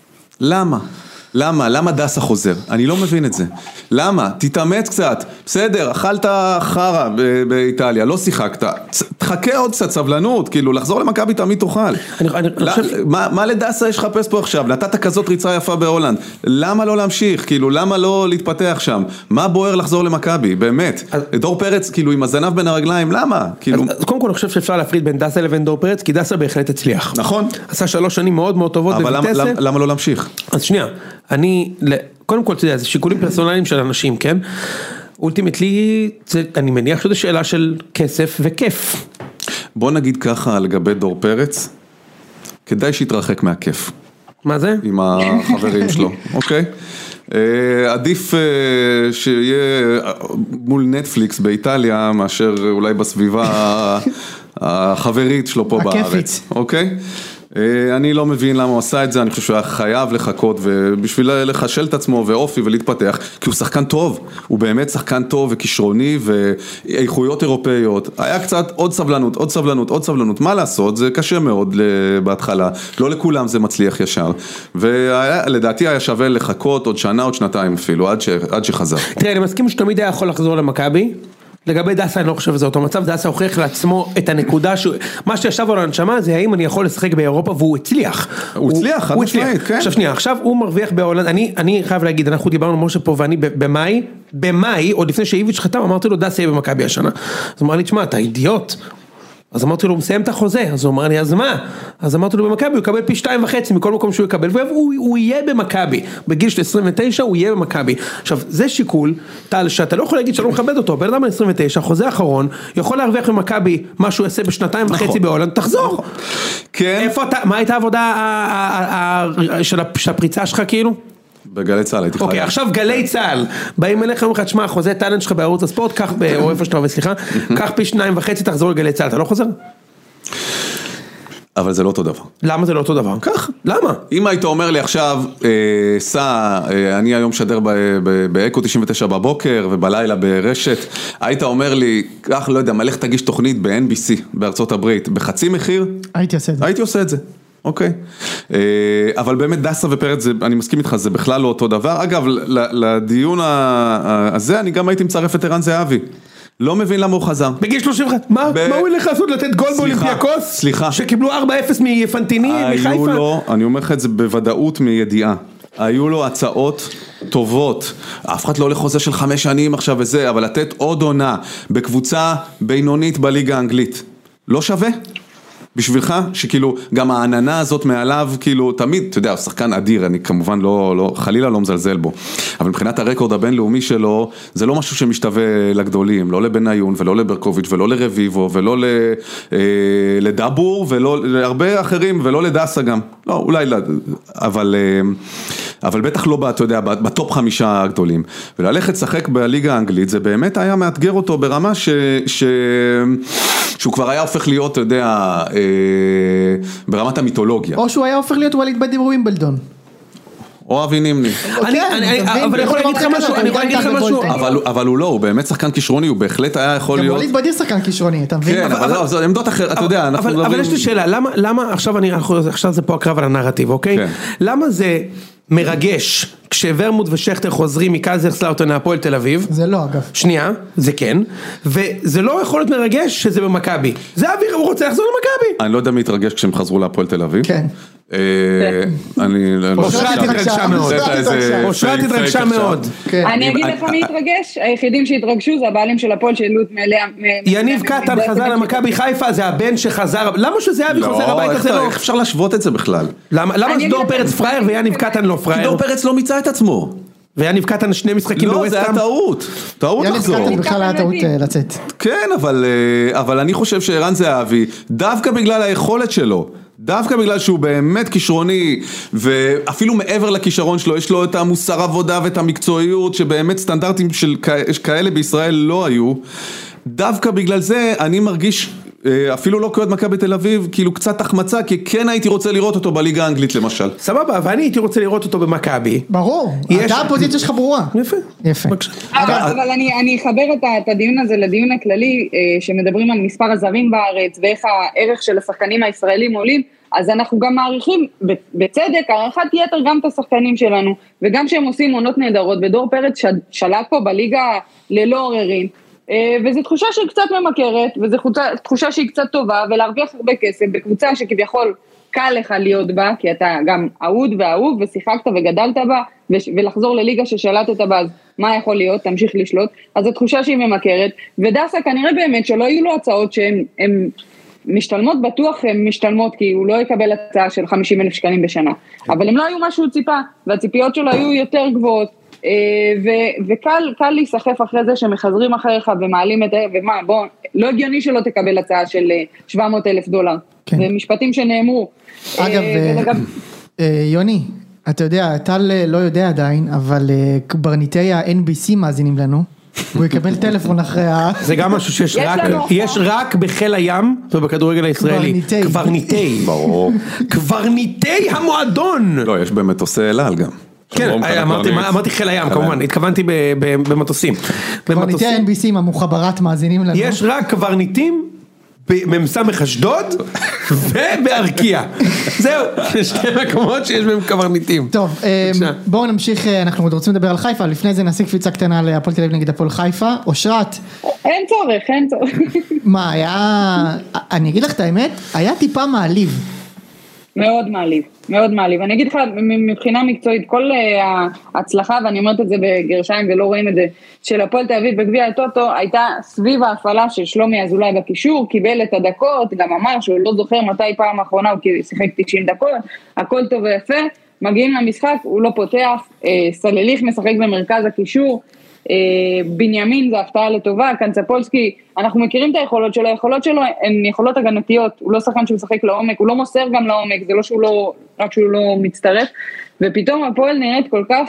למה דסה חוזר? אני לא מבין את זה. למה? תתאמץ קצת. בסדר, אכלת חרה באיטליה, לא שיחקת. תחכה עוד קצת סבלנות, כאילו לחזור למכבי תמיד תוכל. מה לדסה יש לחפש פה עכשיו? נתת כזאת ריצה יפה בהולנד. למה לא להמשיך? כאילו, למה לא להתפתח שם? מה בוער לחזור למכבי? באמת. דור פרץ, כאילו, עם הזנב בין הרגליים, למה? אז קודם כל אני חושב שאפשר להפריד בין דסה לבין דור פרץ, כי דסה בהחלט הצליח. נכון. עשה 3 שנים מאוד מאוד טובות בויטסה. למה לא להמשיך? אז שנייה, קודם כל, אתה יודע, זה שיקולים פרסונליים של אנשים, כן? אולטימטלי, אני מניח שזו שאלה של כסף וכיף. בוא נגיד ככה לגבי דור פרץ, כדאי שיתרחק מהכיף. מה זה? עם החברים שלו, אוקיי? עדיף שיהיה מול נטפליקס באיטליה, מאשר אולי בסביבה החברית שלו פה בארץ, אוקיי? אני לא מבין למה הוא עשה את זה, אני חושב שהוא היה חייב לחכות ובשביל לחשל את עצמו ואופי ולהתפתח, כי הוא שחקן טוב, הוא באמת שחקן טוב וכישרוני ואיכויות אירופאיות, היה קצת עוד סבלנות, מה לעשות, זה קשה מאוד בהתחלה, לא לכולם זה מצליח ישר, ולדעתי היה שווה לחכות עוד שנה, עוד שנתיים אפילו, עד שחזר. תראה, אני מסכים שתמיד היה יכול לחזור למכבי, לגבי דסה אני לא חושב שזה אותו מצב, דסה הוכיח לעצמו את הנקודה, מה שישב על הנשמה זה האם אני יכול לשחק באירופה והוא הצליח. הוא הצליח, חד משמעית, כן. עכשיו שנייה, עכשיו הוא מרוויח בהולנד, אני חייב להגיד, אנחנו דיברנו משה פה ואני במאי, עוד לפני שאיביץ' חתם, אמרתי לו דסה יהיה במכבי השנה. אז הוא אמר לי, תשמע, אתה אידיוט. אז אמרתי לו, הוא מסיים את החוזה, אז הוא אמר לי, אז מה? אז אמרתי לו, במכבי הוא יקבל פי 2.5 מכל מקום שהוא יקבל, והוא יהיה במכבי, בגיל של 29 הוא יהיה במכבי. עכשיו, זה שיקול, טל, שאתה לא יכול להגיד שלא מכבד אותו, בן אדם 29, חוזה האחרון, יכול להרוויח במכבי, מה שהוא יעשה ב2.5 בהולנד, תחזור. כן. איפה אתה, מה הייתה העבודה של הפריצה שלך כאילו? בגלי צהל הייתי חייב. אוקיי, עכשיו גלי צהל, באים אליך ואומרים לך, תשמע, חוזה טלנט שלך בערוץ הספורט, קח, או איפה שאתה עובד, סליחה, קח פי 2.5, תחזור לגלי צהל, אתה לא חוזר? אבל זה לא אותו דבר. למה זה לא אותו דבר? כך. למה? אם היית אומר לי עכשיו, אני היום משדר באקו 99 בבוקר ובלילה ברשת, היית אומר לי, כך לא יודע, מלך תגיש תוכנית ב-NBC בארצות הברית, בחצי מחיר? הייתי עושה את זה. אוקיי, אבל באמת דסה ופרץ, אני מסכים איתך, זה בכלל לא אותו דבר. אגב, לדיון הזה אני גם הייתי מצרף את ערן זהבי. לא מבין למה הוא חזר. בגיל 31, מה הוא ילך לעשות לתת גול באולימפיאקוס? סליחה. שקיבלו 4-0 מפנטיני, מחיפה? היו לו, אני אומר לך את זה בוודאות מידיעה. היו לו הצעות טובות, אף אחד לא לחוזה של 5 שנים עכשיו וזה, אבל לתת עוד עונה בקבוצה בינונית בליגה האנגלית. לא שווה? בשבילך, שכאילו גם העננה הזאת מעליו, כאילו תמיד, אתה יודע, הוא שחקן אדיר, אני כמובן חלילה לא מזלזל בו, אבל מבחינת הרקורד הבינלאומי שלו, זה לא משהו שמשתווה לגדולים, לא לבניון ולא לברקוביץ' ולא לרביבו ולא לדאבור ולא להרבה אחרים ולא לדסה גם, לא, אולי, אבל בטח לא, אתה יודע, בטופ 5 הגדולים, וללכת לשחק בליגה האנגלית, זה באמת היה מאתגר אותו ברמה שהוא כבר היה הופך להיות, אתה יודע, ברמת המיתולוגיה. או שהוא היה הופך להיות וליד בדי בווימבלדון. או אבי נימני. אבל אני יכול להגיד לך משהו, אבל הוא לא, הוא באמת שחקן כישרוני, הוא בהחלט היה יכול להיות... גם ווליד בדיר שחקן כישרוני, אתה מבין? כן, אבל זה עמדות אחרות, אתה יודע, אנחנו מדברים... אבל יש לי שאלה, למה, עכשיו זה פה הקרב על הנרטיב, אוקיי? למה זה מרגש כשוורמוט ושכטר חוזרים מקייזרסלאוטן להפועל תל אביב? זה לא אגב. שנייה, זה כן, וזה לא יכול להיות מרגש שזה במכבי. זה אוויר, הוא רוצה לחזור למכבי. אני לא יודע מי התרגש כשהם חזרו להפועל תל אביב. כן. אושרת התרגשה מאוד. אושרת התרגשה מאוד. אני אגיד לך מי התרגש, היחידים שהתרגשו זה הבעלים של הפועל שהעלו את מלאה. יניב קטן חזר למכבי חיפה, זה הבן שחזר, למה שזה אבי חוזר הביתה זה לא? איך אפשר להשוות את זה בכלל? למה דור פרץ פרייר ויניב קטן לא פרייר? דור פרץ לא מיצה את עצמו. ויניב קטן 2 משחקים לא, זה היה טעות לחזור. יניב קטן בכלל היה טעות לצאת. כן, אבל אני חושב שערן זהבי, דווקא בגלל היכולת שלו, דווקא בגלל שהוא באמת כישרוני, ואפילו מעבר לכישרון שלו, יש לו את המוסר עבודה ואת המקצועיות, שבאמת סטנדרטים של כאלה בישראל לא היו. דווקא בגלל זה אני מרגיש, אפילו לא כאוהד מכבי תל אביב, כאילו קצת החמצה, כי כן הייתי רוצה לראות אותו בליגה האנגלית למשל. סבבה, ואני הייתי רוצה לראות אותו במכבי. ברור, אתה הפוזיציה שלך ברורה. יפה. אבל אני אחבר את הדיון הזה לדיון הכללי, שמדברים על מספר הזרים בארץ, ואיך הערך של השחקנים הישראלים עולים, אז אנחנו גם מעריכים, בצדק, הערכת יתר גם את השחקנים שלנו, וגם שהם עושים עונות נהדרות, ודור פרץ שלט פה בליגה ללא עוררין, וזו תחושה שהיא קצת ממכרת, וזו תחושה שהיא קצת טובה, ולהרוויח הרבה כסף בקבוצה שכביכול קל לך להיות בה, כי אתה גם אהוד ואהוב, ושיחקת וגדלת בה, ולחזור לליגה ששלטת בה, אז מה יכול להיות? תמשיך לשלוט. אז זו תחושה שהיא ממכרת, ודסה כנראה באמת שלא יהיו לו הצעות שהן משתלמות, בטוח הן משתלמות, כי הוא לא יקבל הצעה של 50,000 שקלים בשנה, אבל הם לא היו משהו ציפה, והציפיות שלו היו יותר גבוהות, וקל להיסחף אחרי זה שמחזרים אחריך ומעלים את ומה, בוא, לא הגיוני שלא תקבל הצעה של $700,000. זה משפטים שנאמרו. אגב, יוני, אתה יודע, טל לא יודע עדיין, אבל קברניטי ה-NBC מאזינים לנו, הוא יקבל טלפון אחרי זה גם משהו שיש רק בחיל הים ובכדורגל הישראלי. קברניטי. ברור. קברניטי המועדון. לא, יש במטוסי אל-על גם. כן, אמרתי חיל הים כמובן, התכוונתי במטוסים. קברניטי ה-NBC עם המוחברת מאזינים לנו. יש רק קברניטים במסמך אשדוד ובארקיע. זהו, שתי מקומות שיש בהם קברניטים. טוב, בואו נמשיך, אנחנו עוד רוצים לדבר על חיפה, לפני זה נעשה קפיצה קטנה להפועל תל אביב נגד הפועל חיפה. אושרת. אין צורך. מה, היה, אני אגיד לך את האמת, היה טיפה מעליב. מאוד מעליב. אני אגיד לך, מבחינה מקצועית, כל ההצלחה, ואני אומרת את זה בגרשיים ולא רואים את זה, של הפועל תל אביב בגביע הטוטו, הייתה סביב ההפעלה של שלומי אזולאי בקישור, קיבל את הדקות, גם אמר שהוא לא זוכר מתי פעם האחרונה, הוא שיחק 90 דקות, הכל טוב ויפה, מגיעים למשחק, הוא לא פותח, סלליך משחק במרכז הקישור, בנימין זה הפתעה לטובה, קנצפולסקי, אנחנו מכירים את היכולות שלו, היכולות שלו הן יכולות הגנתיות, הוא לא שחקן שהוא משחק לעומק, הוא לא מוסר גם לעומק, זה לא שהוא לא, רק שהוא לא מצטרף, ופתאום הפועל נראית כל כך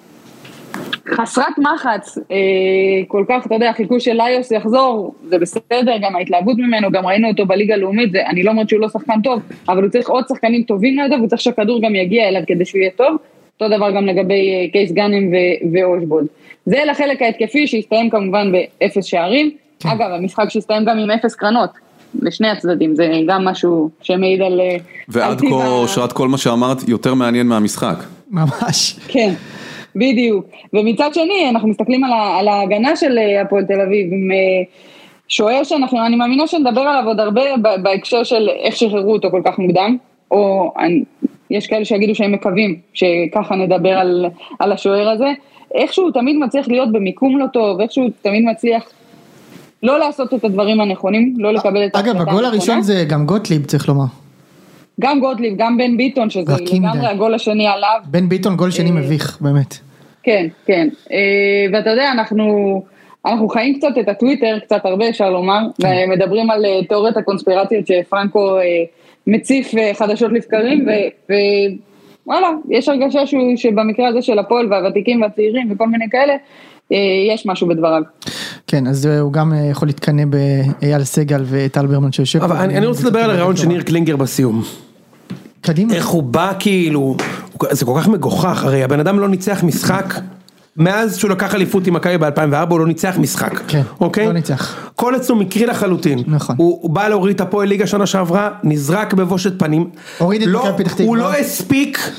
חסרת מחץ, כל כך, אתה יודע, חיכו של ליוס יחזור, זה בסדר, גם ההתלהבות ממנו, גם ראינו אותו בליגה הלאומית, אני לא אומרת שהוא לא שחקן טוב, אבל הוא צריך עוד שחקנים טובים לידו, והוא צריך שהכדור גם יגיע אליו כדי שהוא יהיה טוב, אותו דבר גם לגבי קייס גאנם ואושבולד. זה לחלק ההתקפי שהסתיים כמובן ב0 שערים, אגב, המשחק שהסתיים גם עם 0 קרנות, לשני הצדדים, זה גם משהו שמעיד על... ועד כה, שעת כל מה שאמרת, יותר מעניין מהמשחק. ממש. כן, בדיוק. ומצד שני, אנחנו מסתכלים על ההגנה של הפועל תל אביב, עם שוער אני מאמינה שנדבר עליו עוד הרבה בהקשר של איך שחררו אותו כל כך מוקדם, או יש כאלה שיגידו שהם מקווים שככה נדבר על השוער הזה, איכשהו תמיד מצליח להיות במיקום לא טוב, איכשהו תמיד מצליח לא לעשות את הדברים הנכונים, לא לקבל את אגב, הגול הראשון זה גם גוטליב, צריך לומר. גם גוטליב, גם בן ביטון, שזה לגמרי הגול השני עליו. בן ביטון גול שני מביך, באמת. כן. ואתה יודע, אנחנו חיים קצת את הטוויטר, קצת הרבה אפשר לומר, ומדברים על תיאוריית הקונספירציות שפרנקו מציף חדשות לבקרים, וואלה, יש הרגשה שבמקרה הזה של הפועל והוותיקים והצעירים וכל מיני כאלה, יש משהו בדבריו. כן, אז הוא גם יכול להתקנא באייל סגל וטל ברמן שיושב. אבל אני רוצה לדבר על הרעיון של ניר קלינגר בסיום. קדימה. איך הוא בא כאילו, הוא זה כל כך מגוחך, הרי הבן אדם לא ניצח משחק, מאז שהוא לקח אליפות עם מכבי ב-2004, הוא לא ניצח משחק. כן, אוקיי? לא ניצח. כל עצמו מקרי לחלוטין. נכון. הוא בא להוריד את הפועל ליגה שנה שעברה, נזרק בבושת פנים. הוריד את מכבי פתח תקווה. הוא לא הספיק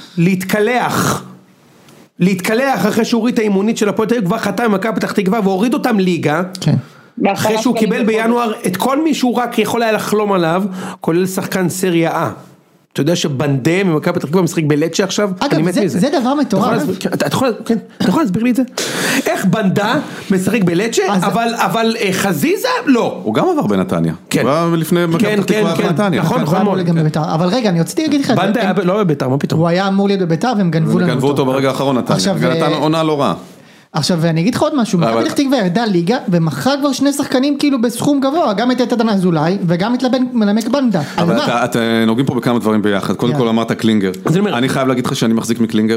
להתקלח אחרי שהוא הוריד את האימונית של הפועל תל אביב, כבר חתם עם מכבי פתח תקווה והוריד אותם ליגה. כן. אחרי שהוא קיבל בינואר את כל מי שהוא רק יכול היה לחלום עליו, כולל שחקן סריה A. אתה יודע שבנדה ממכבי פתח תקווה משחק בלצ'ה עכשיו? אגב, זה דבר מטורף. אתה יכול להסביר לי את זה? איך בנדה משחק בלצ'ה, אבל חזיזה לא. הוא גם עבר בנתניה. כן. הוא היה לפני מכבי פתח תקווה בנתניה. נכון, מאוד. אבל רגע, אני רציתי להגיד לך, בנדה היה לא בביתר, מה פתאום? הוא היה אמור להיות בביתר והם גנבו לנו אותו. גנבו אותו ברגע האחרון נתניה. נתן עונה לא רעה. עכשיו אני אגיד לך עוד משהו, מכבי פתח תקווה ירדה ליגה ומחר כבר שני שחקנים כאילו בסכום גבוה, גם את עדן אזולאי וגם את מלמק בנדה. אבל אתה נוגעים פה בכמה דברים ביחד, קודם כל אמרת קלינגר, אני חייב להגיד לך שאני מחזיק מקלינגר,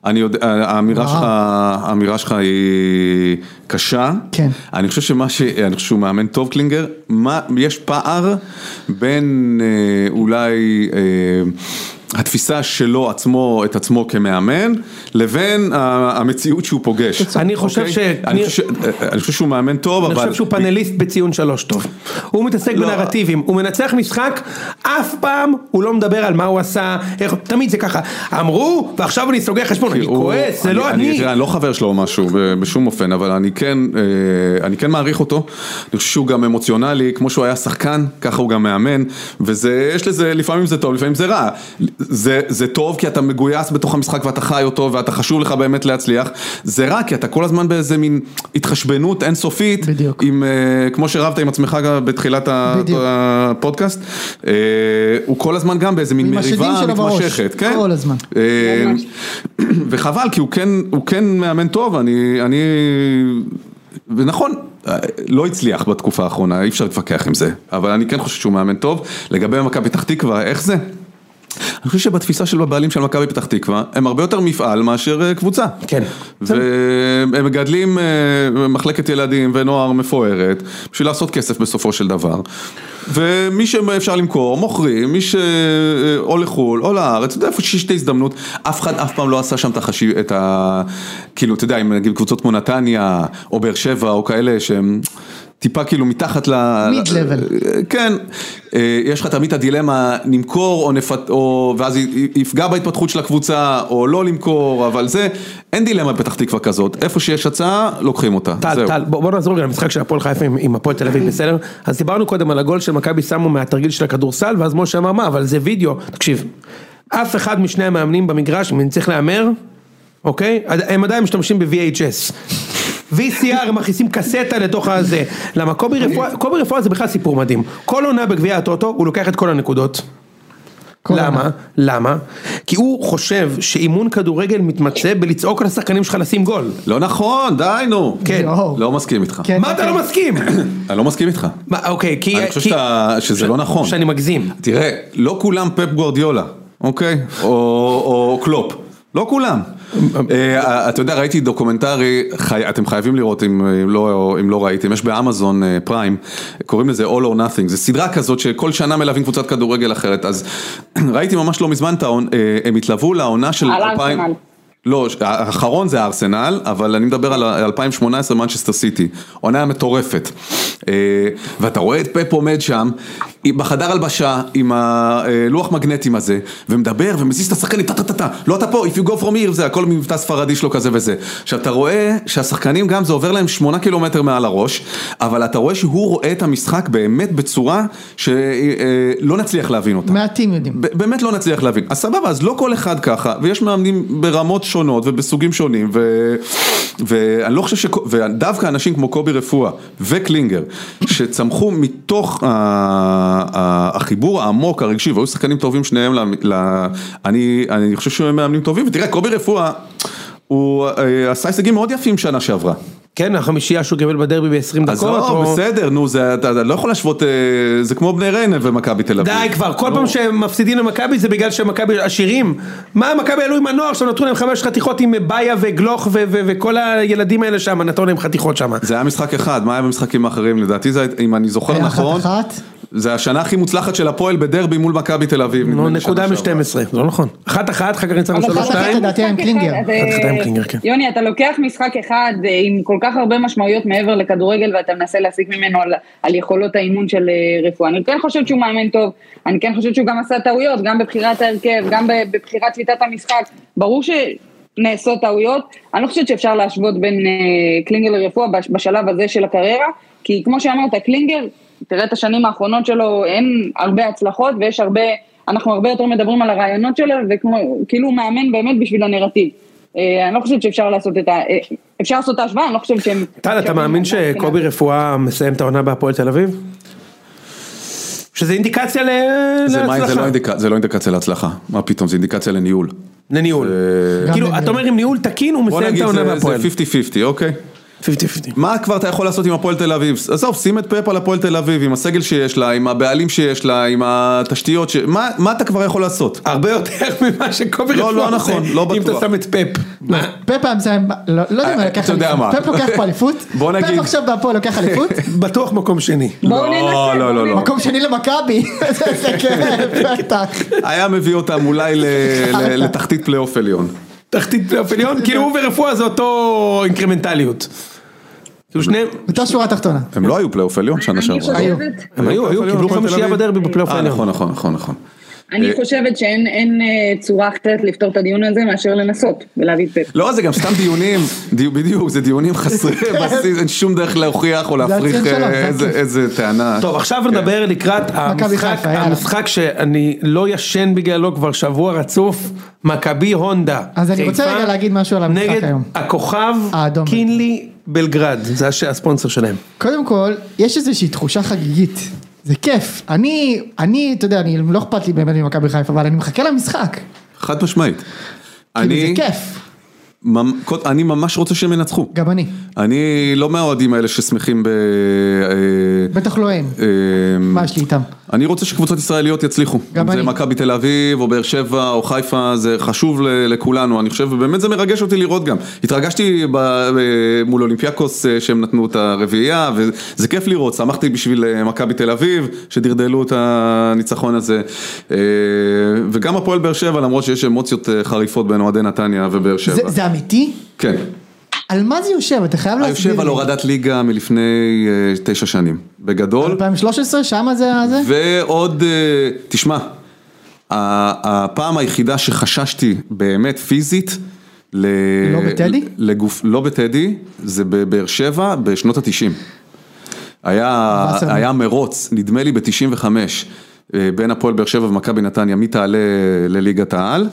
האמירה שלך היא קשה, אני חושב שהוא מאמן טוב קלינגר, יש פער בין אולי התפיסה שלו את עצמו כמאמן, לבין המציאות שהוא פוגש. אני חושב שהוא מאמן טוב, אני חושב שהוא פאנליסט בציון 3 טוב. הוא מתעסק בנרטיבים, הוא מנצח משחק, אף פעם הוא לא מדבר על מה הוא עשה, תמיד זה ככה, אמרו, ועכשיו אני סוגר חשבון, אני כועס, זה לא אני. אני לא חבר שלו משהו בשום אופן, אבל אני כן מעריך אותו, אני חושב שהוא גם אמוציונלי, כמו שהוא היה שחקן, ככה הוא גם מאמן, ויש לזה, לפעמים זה טוב, לפעמים זה רע. זה טוב כי אתה מגויס בתוך המשחק ואתה חי אותו ואתה חשוב לך באמת להצליח, זה רע כי אתה כל הזמן באיזה מין התחשבנות אינסופית, כמו שרבת עם עצמך בתחילת הפודקאסט, הוא כל הזמן גם באיזה מין מריבה מתמשכת, כן? כל הזמן. וחבל כי הוא כן מאמן טוב, ונכון, לא הצליח בתקופה האחרונה, אי אפשר להתווכח עם זה, אבל אני כן חושב שהוא מאמן טוב. לגבי מכבי פתח תקווה, איך זה? אני חושב שבתפיסה של הבעלים של מכבי פתח תקווה, הם הרבה יותר מפעל מאשר קבוצה. כן. והם מגדלים מחלקת ילדים ונוער מפוארת, בשביל לעשות כסף בסופו של דבר. ומי שאפשר למכור, מוכרים, מי שאו לחול, או לארץ, אתה יודע איפה שיש את ההזדמנות, אף אחד אף פעם לא עשה שם כאילו, אתה יודע, אם נגיד קבוצות כמו נתניה, או באר שבע, או כאלה שהם טיפה כאילו מתחת מיד לבל. כן, יש לך תמיד הדילמה, נמכור ואז יפגע בהתפתחות של הקבוצה, או לא למכור, אבל זה, אין דילמה בפתח תקווה כזאת, איפה שיש הצעה, לוקחים אותה. טל, בוא נעזור רגע למשחק של הפועל חיפה עם הפועל תל אביב, בסדר? אז דיברנו קודם על הגול של מכבי שמו מהתרגיל של הכדורסל, ואז משה אמר מה, אבל זה וידאו, תקשיב, אף אחד משני המאמנים במגרש, אם אני צריך לאמר, אוקיי? הם עדיין משתמשים ב-VHS. VCR, הם מכניסים קסטה לתוך הזה. למה? קובי רפואה זה בכלל סיפור מדהים. כל עונה בגביע הטוטו, הוא לוקח את כל הנקודות. למה? למה? כי הוא חושב שאימון כדורגל מתמצא בלצעוק לשחקנים שלך לשים גול. לא נכון, די נו. כן. לא מסכים איתך. מה אתה לא מסכים? אני לא מסכים איתך. אוקיי, כי... אני חושב שזה לא נכון. שאני מגזים. תראה, לא כולם פפ גוארדיולה, אוקיי? או קלופ. לא כולם. אתה יודע, ראיתי דוקומנטרי, אתם חייבים לראות אם לא ראיתם, יש באמזון פריים, קוראים לזה All or Nothing, זה סדרה כזאת שכל שנה מלווים קבוצת כדורגל אחרת, אז ראיתי ממש לא מזמן, הם התלוו לעונה של 2000... לא, האחרון זה הארסנל, אבל אני מדבר על 2018 מנצ'סטר סיטי, עונה מטורפת, ואתה רואה את פפ עומד שם, בחדר הלבשה, עם הלוח מגנטים הזה, ומדבר ומזיז את השחקנים, לא אתה פה, if you go from here, זה הכל מבטא ספרדי שלו כזה וזה. עכשיו אתה רואה שהשחקנים גם זה עובר להם 8 קילומטר מעל הראש, אבל אתה רואה שהוא רואה את המשחק באמת בצורה שלא נצליח להבין אותה. מעטים יודעים. באמת לא נצליח להבין. אז סבבה, אז לא כל אחד ככה, ויש מאמנים ברמות שונות ובסוגים שונים, ואני לא חושב ודווקא אנשים כמו קובי רפואה וקלינגר, שצמחו מתוך החיבור העמוק הרגשי, והיו שחקנים טובים שניהם, אני חושב שהם מאמנים טובים, ותראה, קובי רפואה, הוא עשה הישגים מאוד יפים שנה שעברה. כן, החמישייה שהוא קיבל בדרבי ב-20 דקות. אז לא, בסדר, נו, אתה לא יכול להשוות, זה כמו בני ריינה ומכבי תל אביב. די כבר, כל פעם שהם מפסידים למכבי זה בגלל שמכבי עשירים. מה, מכבי עלו עם הנוער, עכשיו נתנו להם 5 חתיכות עם ביה וגלוך וכל הילדים האלה שם, נתנו להם חתיכות שם. זה היה משחק אחד, מה היה במשחקים האחרים? לדעתי זה, אם אני זוכר נכון, זה השנה הכי מוצלחת של הפועל בדרבי מול מכבי תל אביב. נקודה מ-12, זה לא נכון. 1-1, אחר כך ניצחנו 3-2. לדעתי עם קלינגר. יוני, אתה לוקח משחק אחד עם כל כך הרבה משמעויות מעבר לכדורגל, ואתה מנסה להסיק ממנו על יכולות האימון של רפואה. אני כן חושבת שהוא מאמן טוב, אני כן חושבת שהוא גם עשה טעויות, גם בבחירת ההרכב, גם בבחירת שיטת המשחק. ברור שנעשות טעויות, אני לא חושבת שאפשר להשוות בין קלינגר לרפואה בשלב הזה של הקריירה, כי כמו שאמרת, קלינגר, תראה את השנים האחרונות שלו, אין הרבה הצלחות, ויש הרבה, אנחנו הרבה יותר מדברים על הרעיונות שלו, וכאילו הוא מאמן באמת בשביל הנרטיב. אני לא חושבת שאפשר לעשות אפשר לעשות את ההשוואה, אני לא חושבת שהם... אתה מאמין שקובי רפואה מסיים את העונה בהפועל תל אביב? שזה אינדיקציה להצלחה. זה לא אינדיקציה להצלחה, מה פתאום, זה אינדיקציה לניהול. לניהול. כאילו, אתה אומר עם ניהול תקין, הוא מסיים את העונה בהפועל. זה 50-50, אוקיי? 50-50. מה כבר אתה יכול לעשות עם הפועל תל אביב? עזוב, שים את פאפ על הפועל תל אביב, עם הסגל שיש לה, עם הבעלים שיש לה, עם התשתיות, מה אתה כבר יכול לעשות? הרבה יותר ממה שקובי רפואה. לא נכון, לא בטוח. אם אתה שם את פאפ. פאפ מסיים, לא יודע מה לקח אליפות. פאפ לוקח פה אליפות? פאפ עכשיו בהפועל לוקח אליפות? בטוח מקום שני. לא. מקום שני למכבי. זה כיף, בטח. היה מביא אותם אולי לתחתית פלייאוף עליון. תחתית פלייאוף עליון, כאילו הוא ורפואה זה אותו אינקרמנטליות. אותה שורה תחתונה. הם לא היו פלייאוף עליון שנה שעברה. הם היו, קיבלו 5 בדרבי בפלייאוף עליון. נכון. אני חושבת שאין צורה אחרת לפתור את הדיון הזה מאשר לנסות ולהביא פאפ. לא, זה גם סתם דיונים, בדיוק, זה דיונים חסרי בסיס, אין שום דרך להוכיח או להפריך איזה טענה. טוב, עכשיו נדבר לקראת המשחק שאני לא ישן בגללו כבר שבוע רצוף, מכבי הונדה. אז אני רוצה רגע להגיד משהו על המשחק היום. נגד הכוכב קינלי בלגרד, זה הספונסר שלהם. קודם כל, יש איזושהי תחושה חגיגית. זה כיף. אני, אתה יודע, אני לא אכפת לי באמת ממכבי חיפה, אבל אני מחכה למשחק. חד משמעית. זה כיף. אני ממש רוצה שהם ינצחו. גם אני. אני לא מהאוהדים האלה ששמחים בטח לא הם. מה יש לי איתם? אני רוצה שקבוצות ישראליות יצליחו. גם אני. זה מכבי תל אביב, או באר שבע, או חיפה, זה חשוב לכולנו, אני חושב, ובאמת זה מרגש אותי לראות גם. התרגשתי מול אולימפיאקוס שהם נתנו את הרביעייה, וזה כיף לראות, שמחתי בשביל מכבי תל אביב, שדרדלו את הניצחון הזה, וגם הפועל באר שבע, למרות שיש אמוציות חריפות בין אוהדי נתניה ובאר שבע. זה אמיתי? כן. על מה זה יושב? אתה חייב להסביר לי. יושב על הורדת ליגה מלפני 9 שנים. בגדול. 2013, שמה זה? ועוד, תשמע, הפעם היחידה שחששתי באמת פיזית, לא בטדי? לא בטדי, זה בבאר שבע בשנות ה-90. היה מרוץ, נדמה לי ב-95, בין הפועל באר שבע ומכבי נתניה, מי תעלה לליגת העל,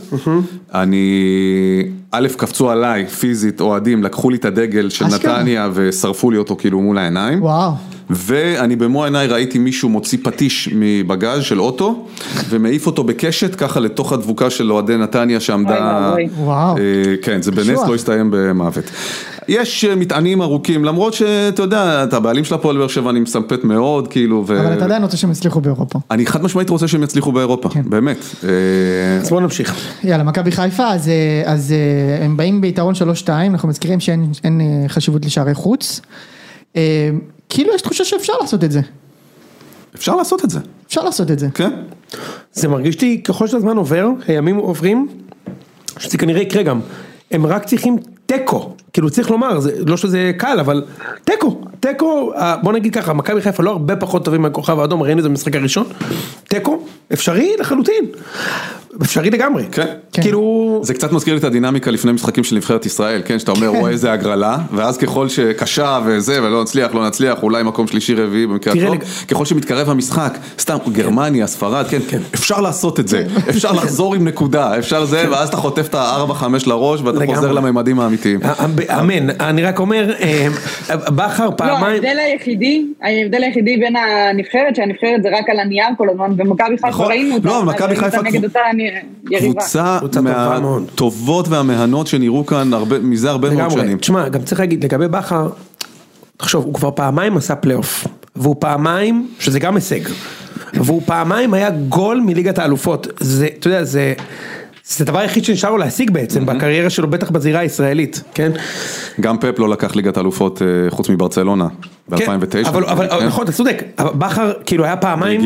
א' קפצו עליי פיזית אוהדים, לקחו לי את הדגל של נתניה ושרפו לי אותו כאילו מול העיניים, ואני במו עיניי ראיתי מישהו מוציא פטיש מבגז של אוטו, ומעיף אותו בקשת ככה לתוך הדבוקה של אוהדי נתניה שעמדה, כן, זה בנס לא הסתיים במוות. יש מטענים ארוכים, למרות שאתה יודע, את הבעלים של הפועל באר שבע אני מסמפת מאוד, כאילו, אבל אתה עדיין רוצה שהם יצליחו באירופה. אני חד משמעית רוצה שהם יצליחו באירופה, באמת. אז בואו נמשיך. יאללה, מכבי חיפה, אז הם באים ביתרון 3-2, אנחנו מזכירים שאין חשיבות לשערי חוץ. כאילו יש תחושה שאפשר לעשות את זה. אפשר לעשות את זה. אפשר לעשות את זה. כן. זה מרגיש לי, ככל שהזמן עובר, הימים עוברים, שזה כנראה יקרה גם. הם רק צריכים טקו, כאילו צריך לומר, לא שזה קל, אבל טקו, בוא נגיד ככה, מכבי חיפה לא הרבה פחות טובים מהכוכב האדום, ראינו את זה במשחק הראשון, טקו, אפשרי לחלוטין, אפשרי לגמרי, כן, כאילו... זה קצת מזכיר לי את הדינמיקה לפני משחקים של נבחרת ישראל, כן, שאתה אומר, רואה איזה הגרלה, ואז ככל שקשה וזה, ולא נצליח, אולי מקום שלישי רביעי במקרה הטוב, ככל שמתקרב המשחק, סתם, גרמניה, ספרד, כן, אפשר לעשות את זה, אפשר לחזור עם נקודה, אפשר זה, ואז אתה חוטף את ה-4-5 לראש, ואתה חוזר לממדים האמיתיים. אמן, אני רק אומר, בחר פעמיים... לא, ההבדל היחידי בין הנבחרת, שהנבחרת זה רק על הנייר כל הזמן, ומכבי חיפה ראינו אותה. לא, מכבי חיפה קבוצה מהטובות והמהנות שנראו כאן מזה הרבה מאוד שנים. תשמע, גם צריך להגיד, לגבי בחר, תחשוב, הוא כבר פעמיים עשה פלייאוף, והוא פעמיים, שזה גם הישג, והוא פעמיים היה גול מליגת האלופות, זה, אתה יודע, זה הדבר היחיד שנשאר לו להשיג בעצם, בקריירה שלו, בטח בזירה הישראלית, כן? גם פפ לא לקח ליגת אלופות חוץ מברצלונה, ב-2009. אבל נכון, אתה צודק, בכר כאילו היה פעמיים,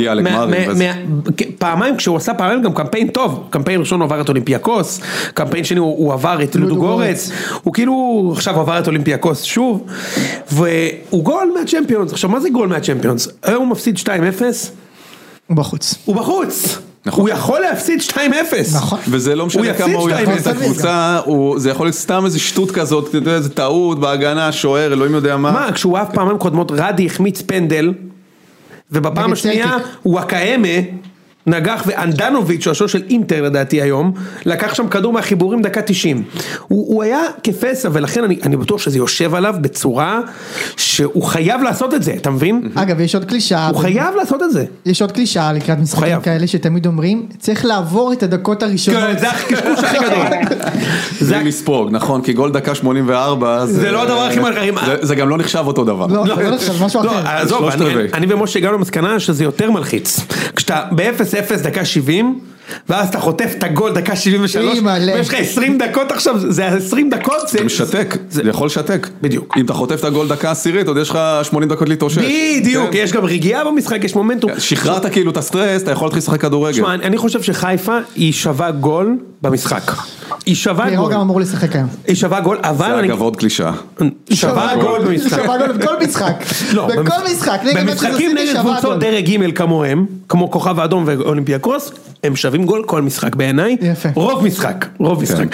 פעמיים כשהוא עשה פעמיים גם קמפיין טוב, קמפיין ראשון הוא עבר את אולימפיאקוס, קמפיין שני הוא עבר את לודוגורץ, הוא כאילו עכשיו עבר את אולימפיאקוס שוב, והוא גול מהצ'מפיונס, עכשיו מה זה גול מהצ'מפיונס? היום הוא מפסיד 2-0, הוא בחוץ. הוא בחוץ. הוא יכול להפסיד 2-0. נכון. וזה לא משנה כמה הוא יכניס את הקבוצה, זה יכול להיות סתם איזה שטות כזאת, איזה טעות בהגנה, שוער, אלוהים יודע מה. מה, כשהוא אף פעמים קודמות רדי החמיץ פנדל, ובפעם השנייה הוא הקאמה, נגח ואנדנוביץ' השוער של אינטר לדעתי היום, לקח שם כדור מהחיבורים דקה 90. הוא היה כפסע, ולכן אני בטוח שזה יושב עליו בצורה שהוא חייב לעשות את זה, אתה מבין? אגב, יש עוד קלישה. הוא חייב לעשות את זה. יש עוד קלישה לקראת משחקים כאלה שתמיד אומרים, צריך לעבור את הדקות הראשונות. כן, זה הקשקוש הכי גדול. זה לספוג, נכון, כי גול דקה 84, זה לא הדבר הכי מלכרים. זה גם לא נחשב אותו דבר. לא נחשב, משהו אחר. אני ומשה הגענו למסקנה שזה יותר מלחיץ. כשאתה ב-0-0 דקה 70, ואז אתה חוטף את הגול דקה 73, ויש לך 20 דקות עכשיו, זה 20 דקות, זה משתק, זה יכול לשתק. בדיוק. אם אתה חוטף את הגול דקה עשירית, עוד יש לך 80 דקות להתאושש. בדיוק, יש גם רגיעה במשחק, יש מומנטום. שחררת כאילו את הסטרס, אתה יכול להתחיל לשחק כדורגל. שמע, אני חושב שחיפה היא שווה גול במשחק. היא שווה גול. גם אמור לשחק היום. היא שווה גול, אבל זה אגב עוד קלישה. היא שווה גול במשחק. היא שווה גול בכל משחק. בכל משחק. במשחקים נגד קבוצות דרג ג' כמוהם, כמו כוכב האדום ואולימפיאקוס, הם שווים גול כל משחק בעיניי. יפה. רוב משחק.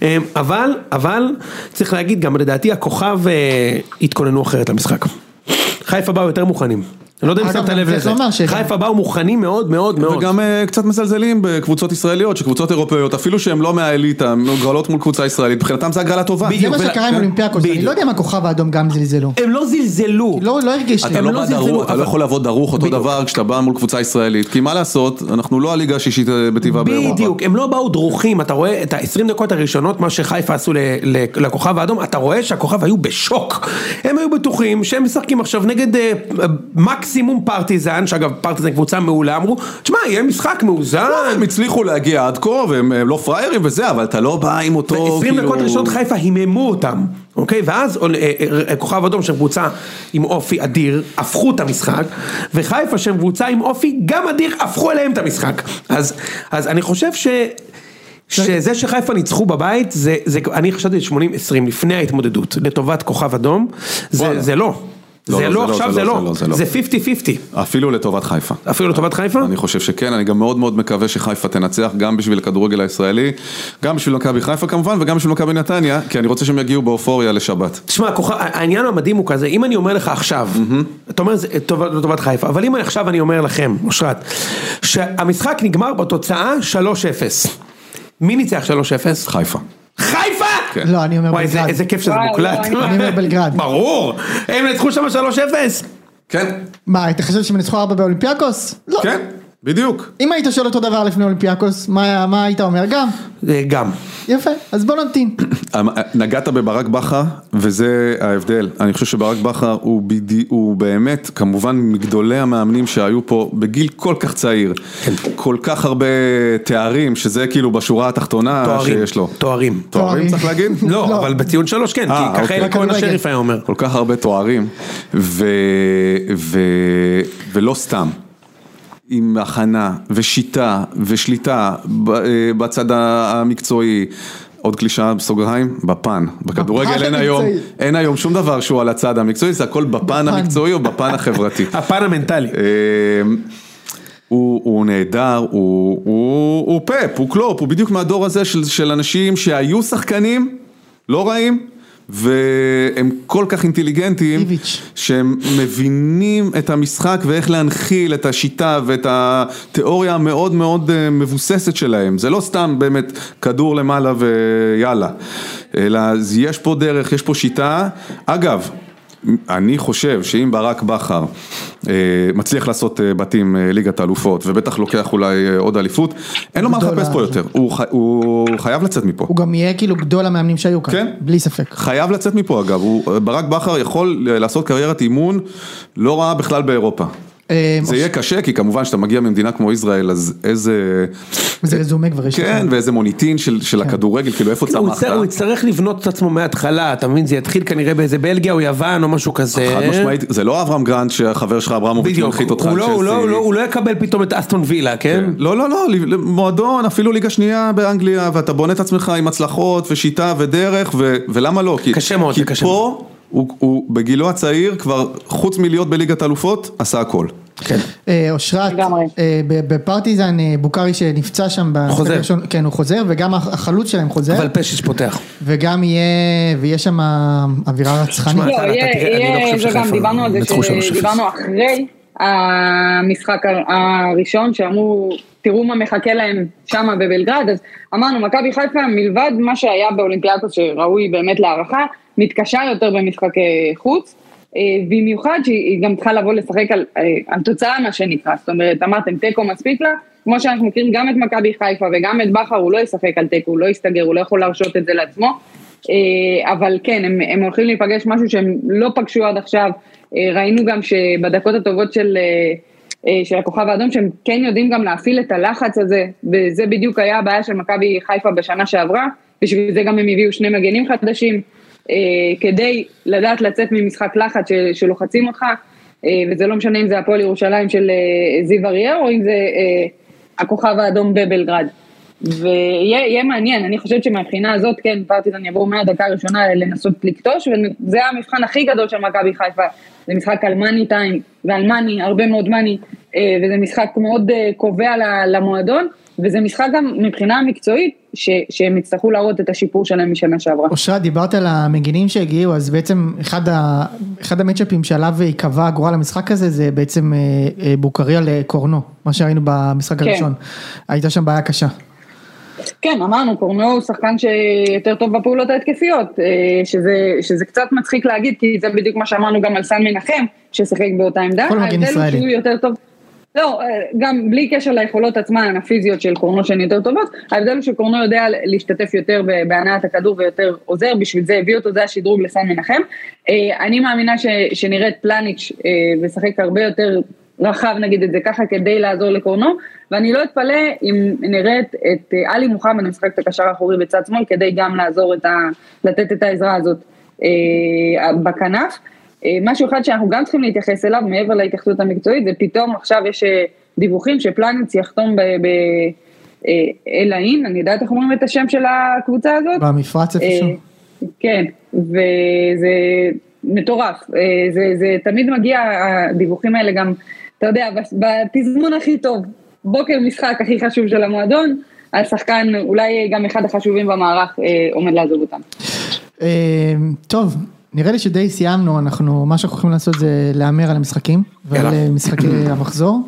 אבל צריך להגיד גם לדעתי הכוכב התכוננו אחרת למשחק. חיפה באו יותר מוכנים. אני לא יודע אם שמת לב לזה. חיפה באו מוכנים מאוד מאוד מאוד. וגם קצת מזלזלים בקבוצות ישראליות, שקבוצות אירופאיות, אפילו שהן לא מהאליטה, מגרלות מול קבוצה ישראלית, מבחינתם זה הגרלה טובה. זה מה שקרה עם אולימפיאקוס, אני לא יודע מה הכוכב האדום גם זלזלו. הם לא זלזלו. לא הרגיש לי. אתה לא יכול לעבוד דרוך אותו דבר כשאתה בא מול קבוצה ישראלית, כי מה לעשות, אנחנו לא הליגה השישית בטבעה באירופה. בדיוק, הם לא באו דרוכים, אתה רואה את ה-20 דקות הראשונות, מה שחיפה עשו לכוכב האדום, אתה רואה שהכוכב היו בשוק. הם היו בטוחים שהם משחקים עכשיו נגד מקסימום פרטיזן, שאגב פרטיזן קבוצה מעולה, אמרו, תשמע, יהיה משחק מאוזן. הם הצליחו להגיע עד כה, והם לא פריירים וזה, אבל אתה לא בא עם אותו, ו-20 דקות ראשונות חיפה היממו אותם, אוקיי? ואז כוכב אדום שהם קבוצה עם אופי אדיר, הפכו את המשחק, וחיפה שהם קבוצה עם אופי גם אדיר, הפכו אליהם את המשחק. אז אני חושב שזה שחיפה ניצחו בבית, אני חשבתי 80-20 לפני ההתמודדות, לטובת כוכב אדום, זה לא. זה לא, עכשיו זה לא, זה 50-50. אפילו לטובת חיפה. אפילו לטובת חיפה? אני חושב שכן, אני גם מאוד מאוד מקווה שחיפה תנצח, גם בשביל הכדורגל הישראלי, גם בשביל מכבי חיפה כמובן, וגם בשביל מכבי נתניה, כי אני רוצה שהם יגיעו באופוריה לשבת. תשמע, העניין המדהים הוא כזה, אם אני אומר לך עכשיו, אתה אומר זה לטובת חיפה, אבל אם עכשיו אני אומר לכם, אושרת, שהמשחק נגמר בתוצאה 3-0. מי ניצח 3-0? חיפה. חיפה? לא, אני אומר בלגרד. איזה כיף שזה מוקלט. אני אומר בלגרד. ברור. הם נצחו שם 3-0. כן. מה, אתה חושב שהם נצחו 4 באולימפיאקוס? לא. כן, בדיוק. אם היית שואל אותו דבר לפני אולימפיאקוס, מה היית אומר? גם? גם. יפה, אז בוא נמתין. נגעת בברק בכר, וזה ההבדל. אני חושב שברק בכר הוא באמת, כמובן מגדולי המאמנים שהיו פה בגיל כל כך צעיר, כל כך הרבה תארים, שזה כאילו בשורה התחתונה שיש לו. תוארים. תוארים צריך להגיד? לא, אבל בציון 3 כן, כי ככה אלה כהן השריף היה אומר. כל כך הרבה תוארים, ולא סתם. עם הכנה ושיטה ושליטה בצד המקצועי, עוד קלישה בסוגריים, בפן, בכדורגל אין היום שום דבר שהוא על הצד המקצועי, זה הכל בפן המקצועי או בפן החברתי. הפן המנטלי. הוא נהדר, הוא פאפ, הוא קלופ, הוא בדיוק מהדור הזה של אנשים שהיו שחקנים, לא רעים, והם כל כך אינטליגנטים שהם מבינים את המשחק ואיך להנחיל את השיטה ואת התיאוריה המאוד מאוד מבוססת שלהם. זה לא סתם באמת כדור למעלה ויאללה, אלא יש פה דרך, יש פה שיטה. אגב, אני חושב שאם ברק בכר מצליח לעשות בתים ליגת האלופות, ובטח לוקח אולי עוד אליפות, אין לו מה לחפש פה יותר, הוא חייב לצאת מפה. הוא גם יהיה כאילו גדול המאמנים שהיו כאן, כן? בלי ספק. חייב לצאת מפה אגב, ברק בכר יכול לעשות קריירת אימון לא רעה בכלל באירופה. זה יהיה קשה, כי כמובן שאתה מגיע ממדינה כמו ישראל, אז איזה... וזה רזומה כבר יש. כן, ואיזה מוניטין של הכדורגל, כאילו איפה צמחת. הוא יצטרך לבנות את עצמו מההתחלה, אתה מבין, זה יתחיל כנראה באיזה בלגיה או יוון או משהו כזה. חד משמעית, זה לא אברהם גרנט שהחבר שלך אברמוביץ' מנחית אותך. הוא לא יקבל פתאום את אסטון וילה, כן? לא, מועדון, אפילו ליגה שנייה באנגליה, ואתה בונה את עצמך עם הצלחות ושיטה ודרך, ולמה לא? קשה מאוד, כי פה הוא בגילו הצעיר כבר חוץ מלהיות בליגת אלופות, עשה הכל. כן. אושרת, בפרטיזן בוקרי שנפצע שם, חוזר. כן, הוא חוזר, וגם החלוץ שלהם חוזר. אבל פשיץ' פותח. וגם ויהיה שם אווירה רצחנית. לא, זה גם דיברנו על זה, שדיברנו אחרי המשחק הראשון, שאמרו, תראו מה מחכה להם שם בבלגרד, אז אמרנו, מכבי חיפה מלבד מה שהיה באולימפיאקוס שראוי באמת להערכה, מתקשה יותר במשחק חוץ, במיוחד שהיא גם צריכה לבוא לשחק על תוצאה מה שנקרא, זאת אומרת, אמרתם תיקו מספיק לה, כמו שאנחנו מכירים גם את מכבי חיפה וגם את בכר, הוא לא ישחק על תיקו, הוא לא יסתגר, הוא לא יכול להרשות את זה לעצמו, אבל כן, הם הולכים להיפגש משהו שהם לא פגשו עד עכשיו, ראינו גם שבדקות הטובות של הכוכב האדום, שהם כן יודעים גם להפעיל את הלחץ הזה, וזה בדיוק היה הבעיה של מכבי חיפה בשנה שעברה, בשביל זה גם הם הביאו 2 מגנים חדשים, כדי לדעת לצאת ממשחק לחץ שלוחצים אותך, וזה לא משנה אם זה הפועל ירושלים של זיו אריאר, או אם זה הכוכב האדום בבלגרד. ויהיה מעניין, אני חושבת שמהבחינה הזאת, כן, פרטיזן יבואו מהדקה הראשונה לנסות לקטוש, וזה המבחן הכי גדול של מכבי חיפה, זה משחק על מאני טיים, ועל מאני, הרבה מאוד מאני, וזה משחק מאוד קובע למועדון, וזה משחק גם מבחינה המקצועית, שהם יצטרכו להראות את השיפור שלהם משנה שעברה. אושרת, דיברת על המגינים שהגיעו, אז בעצם אחד המצ'אפים שעליו יקבע גורל המשחק הזה, זה בעצם בוקריה לקורנו, מה שראינו במשחק הראשון. הייתה שם בעיה קשה. כן, אמרנו, קורנו הוא שחקן שיותר טוב בפעולות ההתקפיות, שזה קצת מצחיק להגיד, כי זה בדיוק מה שאמרנו גם על סן מנחם, ששחק באותה עמדה. כל מגן ישראלי. שהוא יותר טוב. לא, גם בלי קשר ליכולות עצמן, הפיזיות של קורנו שהן יותר טובות, ההבדל הוא שקורנו יודע להשתתף יותר בהנעת הכדור ויותר עוזר, בשביל זה הביא אותו, זה השדרוג לסן מנחם. אני מאמינה שנראית פלניץ' ושחק הרבה יותר רחב, נגיד את זה ככה, כדי לעזור לקורנו, ואני לא אתפלא אם נראית את אלי מוחמד, משחק את הקשר האחורי בצד שמאל, כדי גם לעזור לתת את העזרה הזאת בכנף. משהו אחד שאנחנו גם צריכים להתייחס אליו, מעבר להתייחסות המקצועית, זה פתאום עכשיו יש דיווחים שפלניץ יחתום באלעין, אני יודעת איך אומרים את השם של הקבוצה הזאת? במפרץ איפשהו. כן, וזה מטורף, זה תמיד מגיע, הדיווחים האלה גם, אתה יודע, בתזמון הכי טוב, בוקר משחק הכי חשוב של המועדון, השחקן אולי גם אחד החשובים במערך עומד לעזוב אותם. טוב. נראה לי שדי סיימנו, מה שאנחנו יכולים לעשות זה להמר על המשחקים, ועל משחקי המחזור,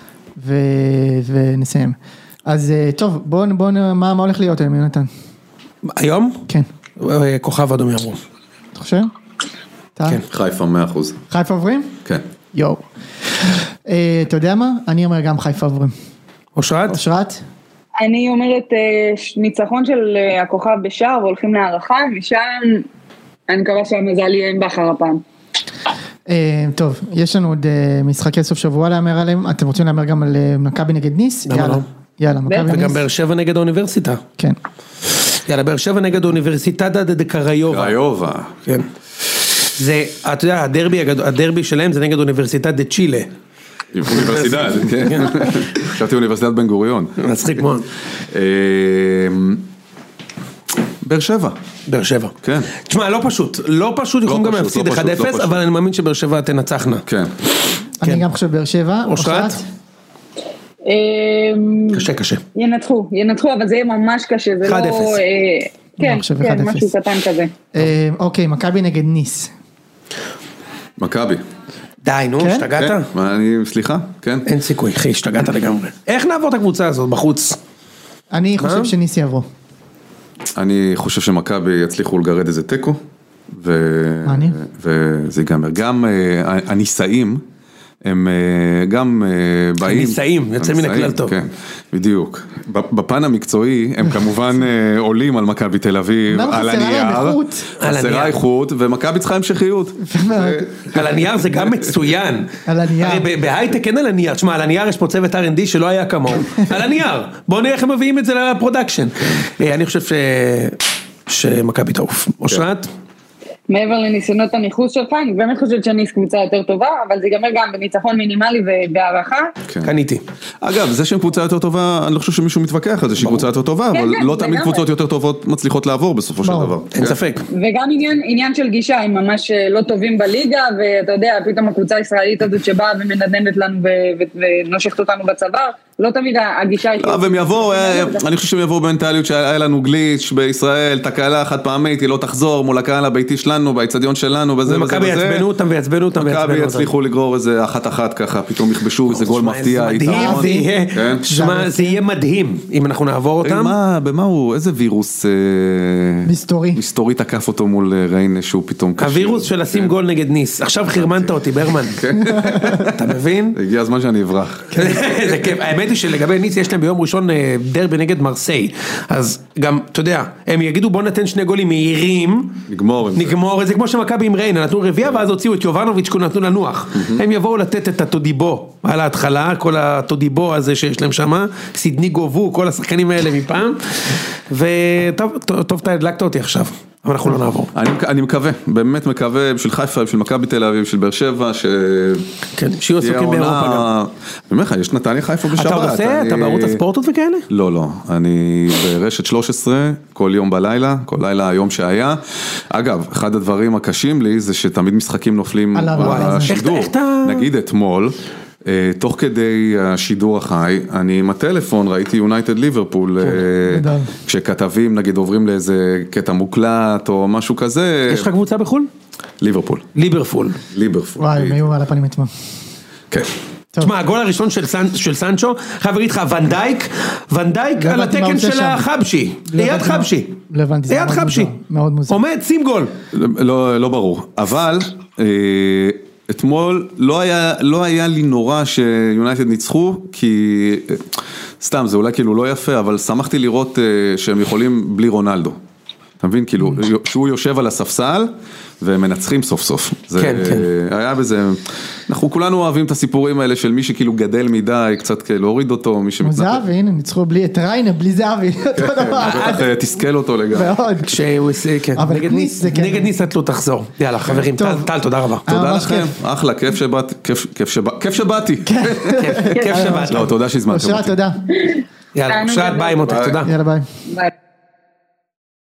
ונסיים. אז טוב, בואו, מה הולך להיות היום, יונתן? היום? כן. כוכב אדום יעבור. אתה חושב? כן. חיפה 100%. חיפה עוברים? כן. יואו. אתה יודע מה? אני אומר גם חיפה עוברים. אושרת? אושרת? אני אומרת ניצחון של הכוכב בשער, והולכים להערכה, משם... אני מקווה שהמזל יהיה עם בכר הפעם. טוב, יש לנו עוד משחקי סוף שבוע להאמר עליהם, אתם רוצים להאמר גם על מכבי נגד ניס? יאללה, מכבי ניס. וגם באר שבע נגד האוניברסיטה. כן. יאללה, באר שבע נגד האוניברסיטדה דה קריובה. קריובה. כן. זה, אתה יודע, הדרבי שלהם זה נגד אוניברסיטת דה צ'ילה. אוניברסיטת, כן. חשבתי אוניברסיטת בן גוריון. מצחיק מאוד. באר שבע. באר שבע. כן. תשמע, לא פשוט, יכולים גם להפסיד 1-0, אבל אני מאמין שבאר שבע תנצחנה. כן. אני גם חושב באר שבע. אושרת? קשה. ינצחו, אבל זה יהיה ממש קשה, זה לא... 1-0. כן, משהו קטן כזה. אוקיי, מכבי נגד ניס. מכבי. די, נו, השתגעת? סליחה, כן. אין סיכוי, אחי, השתגעת לגמרי. איך נעבור את הקבוצה הזאת בחוץ? אני חושב שניס יעבור. אני חושב שמכבי יצליחו לגרד איזה טקו, וזה ייגמר. גם הניסאים הם גם באים... הם ניסאים, יוצא מן הכלל טוב. כן, בדיוק. בפן המקצועי, הם כמובן עולים על מכבי תל אביב, על הנייר. חסרה איכות, ומכבי צריכה המשכיות. על הנייר זה גם מצוין. על הנייר. הרי בהייטק אין על הנייר. תשמע, על הנייר יש פה צוות R&D שלא היה כמוהו. על הנייר. בואו נראה איך הם מביאים את זה לפרודקשן. אני חושב שמכבי תעוף. אושרת? מעבר לניסיונות הניחוס שלך, אני באמת חושבת שניס קבוצה יותר טובה, אבל זה ייגמר גם בניצחון מינימלי ובהערכה. קניתי. אגב, זה שהם קבוצה יותר טובה, אני לא חושב שמישהו מתווכח על זה שהיא קבוצה יותר טובה, אבל לא תמיד קבוצות יותר טובות מצליחות לעבור בסופו של דבר. אין ספק. וגם עניין של גישה, הם ממש לא טובים בליגה, ואתה יודע, פתאום הקבוצה הישראלית הזאת שבאה ומנדנדת לנו ונושכת אותנו בצוואר, לא תמיד הגישה היא... והם יבואו, אני חושב שהם יבואו במנטליות שהיה לנו גליץ' בישראל, תקלה חד פעמית, היא לא תחזור מול הקהל הביתי שלנו, באצטדיון שלנו, וזה וזה וזה. מכבי יעצבנו אותם ויעצבנו אותם. מכבי יצליחו לגרור איזה אחת ככה, פתאום יכבשו איזה גול מפתיע. זה יהיה מדהים אם אנחנו נעבור אותם. במה הוא, איזה וירוס מסתורי תקף אותו מול ריינה שהוא פתאום קשה. הווירוס של לשים גול נגד ניס. עכשיו חרמנת אותי, ברמן. אתה מבין? הגיע הזמן שאני אברח. זה כיף. האמת היא שלגבי ניס יש להם ביום ראשון דרבי נגד מרסיי. אז גם, אתה יודע, הם יגידו בוא נתן 2 גולים מהירים. נגמור את זה כמו שמכבי עם ריינה, נתנו רביעה ואז הוציאו את יובנוביץ' נתנו לנוח. הם יבואו לתת את התודיבו על ההתחלה, כל התודיבו הזה שיש להם שם, סידני גובו, כל השחקנים האלה מפעם, וטוב אתה הדלקת אותי עכשיו. אבל אנחנו לא נעבור. אני מקווה, באמת מקווה, בשביל חיפה, בשביל מכבי תל אביב, בשביל באר שבע, שיהיו עסוקים באירופה גם. באמת, יש נתניה חיפה בשבת. אתה עושה? אתה בערוץ הספורטות וכאלה? לא, אני ברשת 13, כל יום בלילה, כל לילה היום שהיה. אגב, אחד הדברים הקשים לי, זה שתמיד משחקים נופלים בשידור. נגיד אתמול, תוך כדי השידור החי, אני עם הטלפון ראיתי יונייטד ליברפול, כשכתבים נגיד עוברים לאיזה קטע מוקלט או משהו כזה. יש לך קבוצה בחול? ליברפול. וואי, הם היו על הפנים אתמול. כן. תשמע, הגול הראשון של סנצ'ו, חייב להגיד לך, ונדייק על התקן של החבשי, ליד חבשי. ליד חבשי. מאוד מוזר. עומד, שים גול. לא ברור, אבל... אתמול לא היה לי נורא שיונייטד ניצחו, כי סתם זה אולי כאילו לא יפה, אבל שמחתי לראות שהם יכולים בלי רונלדו. אתה מבין? כאילו, שהוא יושב על הספסל, והם מנצחים סוף סוף. כן. היה בזה, אנחנו כולנו אוהבים את הסיפורים האלה של מי שכאילו גדל מדי, קצת כאילו הוריד אותו, מי שמתנתק. זהבי, הנה, ניצחו בלי את ריינה, בלי זהבי, אותו דבר. תסכל אותו לגמרי. מאוד. נגד ניס נתלו תחזור. יאללה, חברים, טל, תודה רבה. תודה לכם, אחלה, כיף שבאתי. כיף שבאת. לא, תודה שהזמנתם אותי. אושרת, תודה. יאללה, אושרת, ביי מותק, תודה. יאללה, ביי.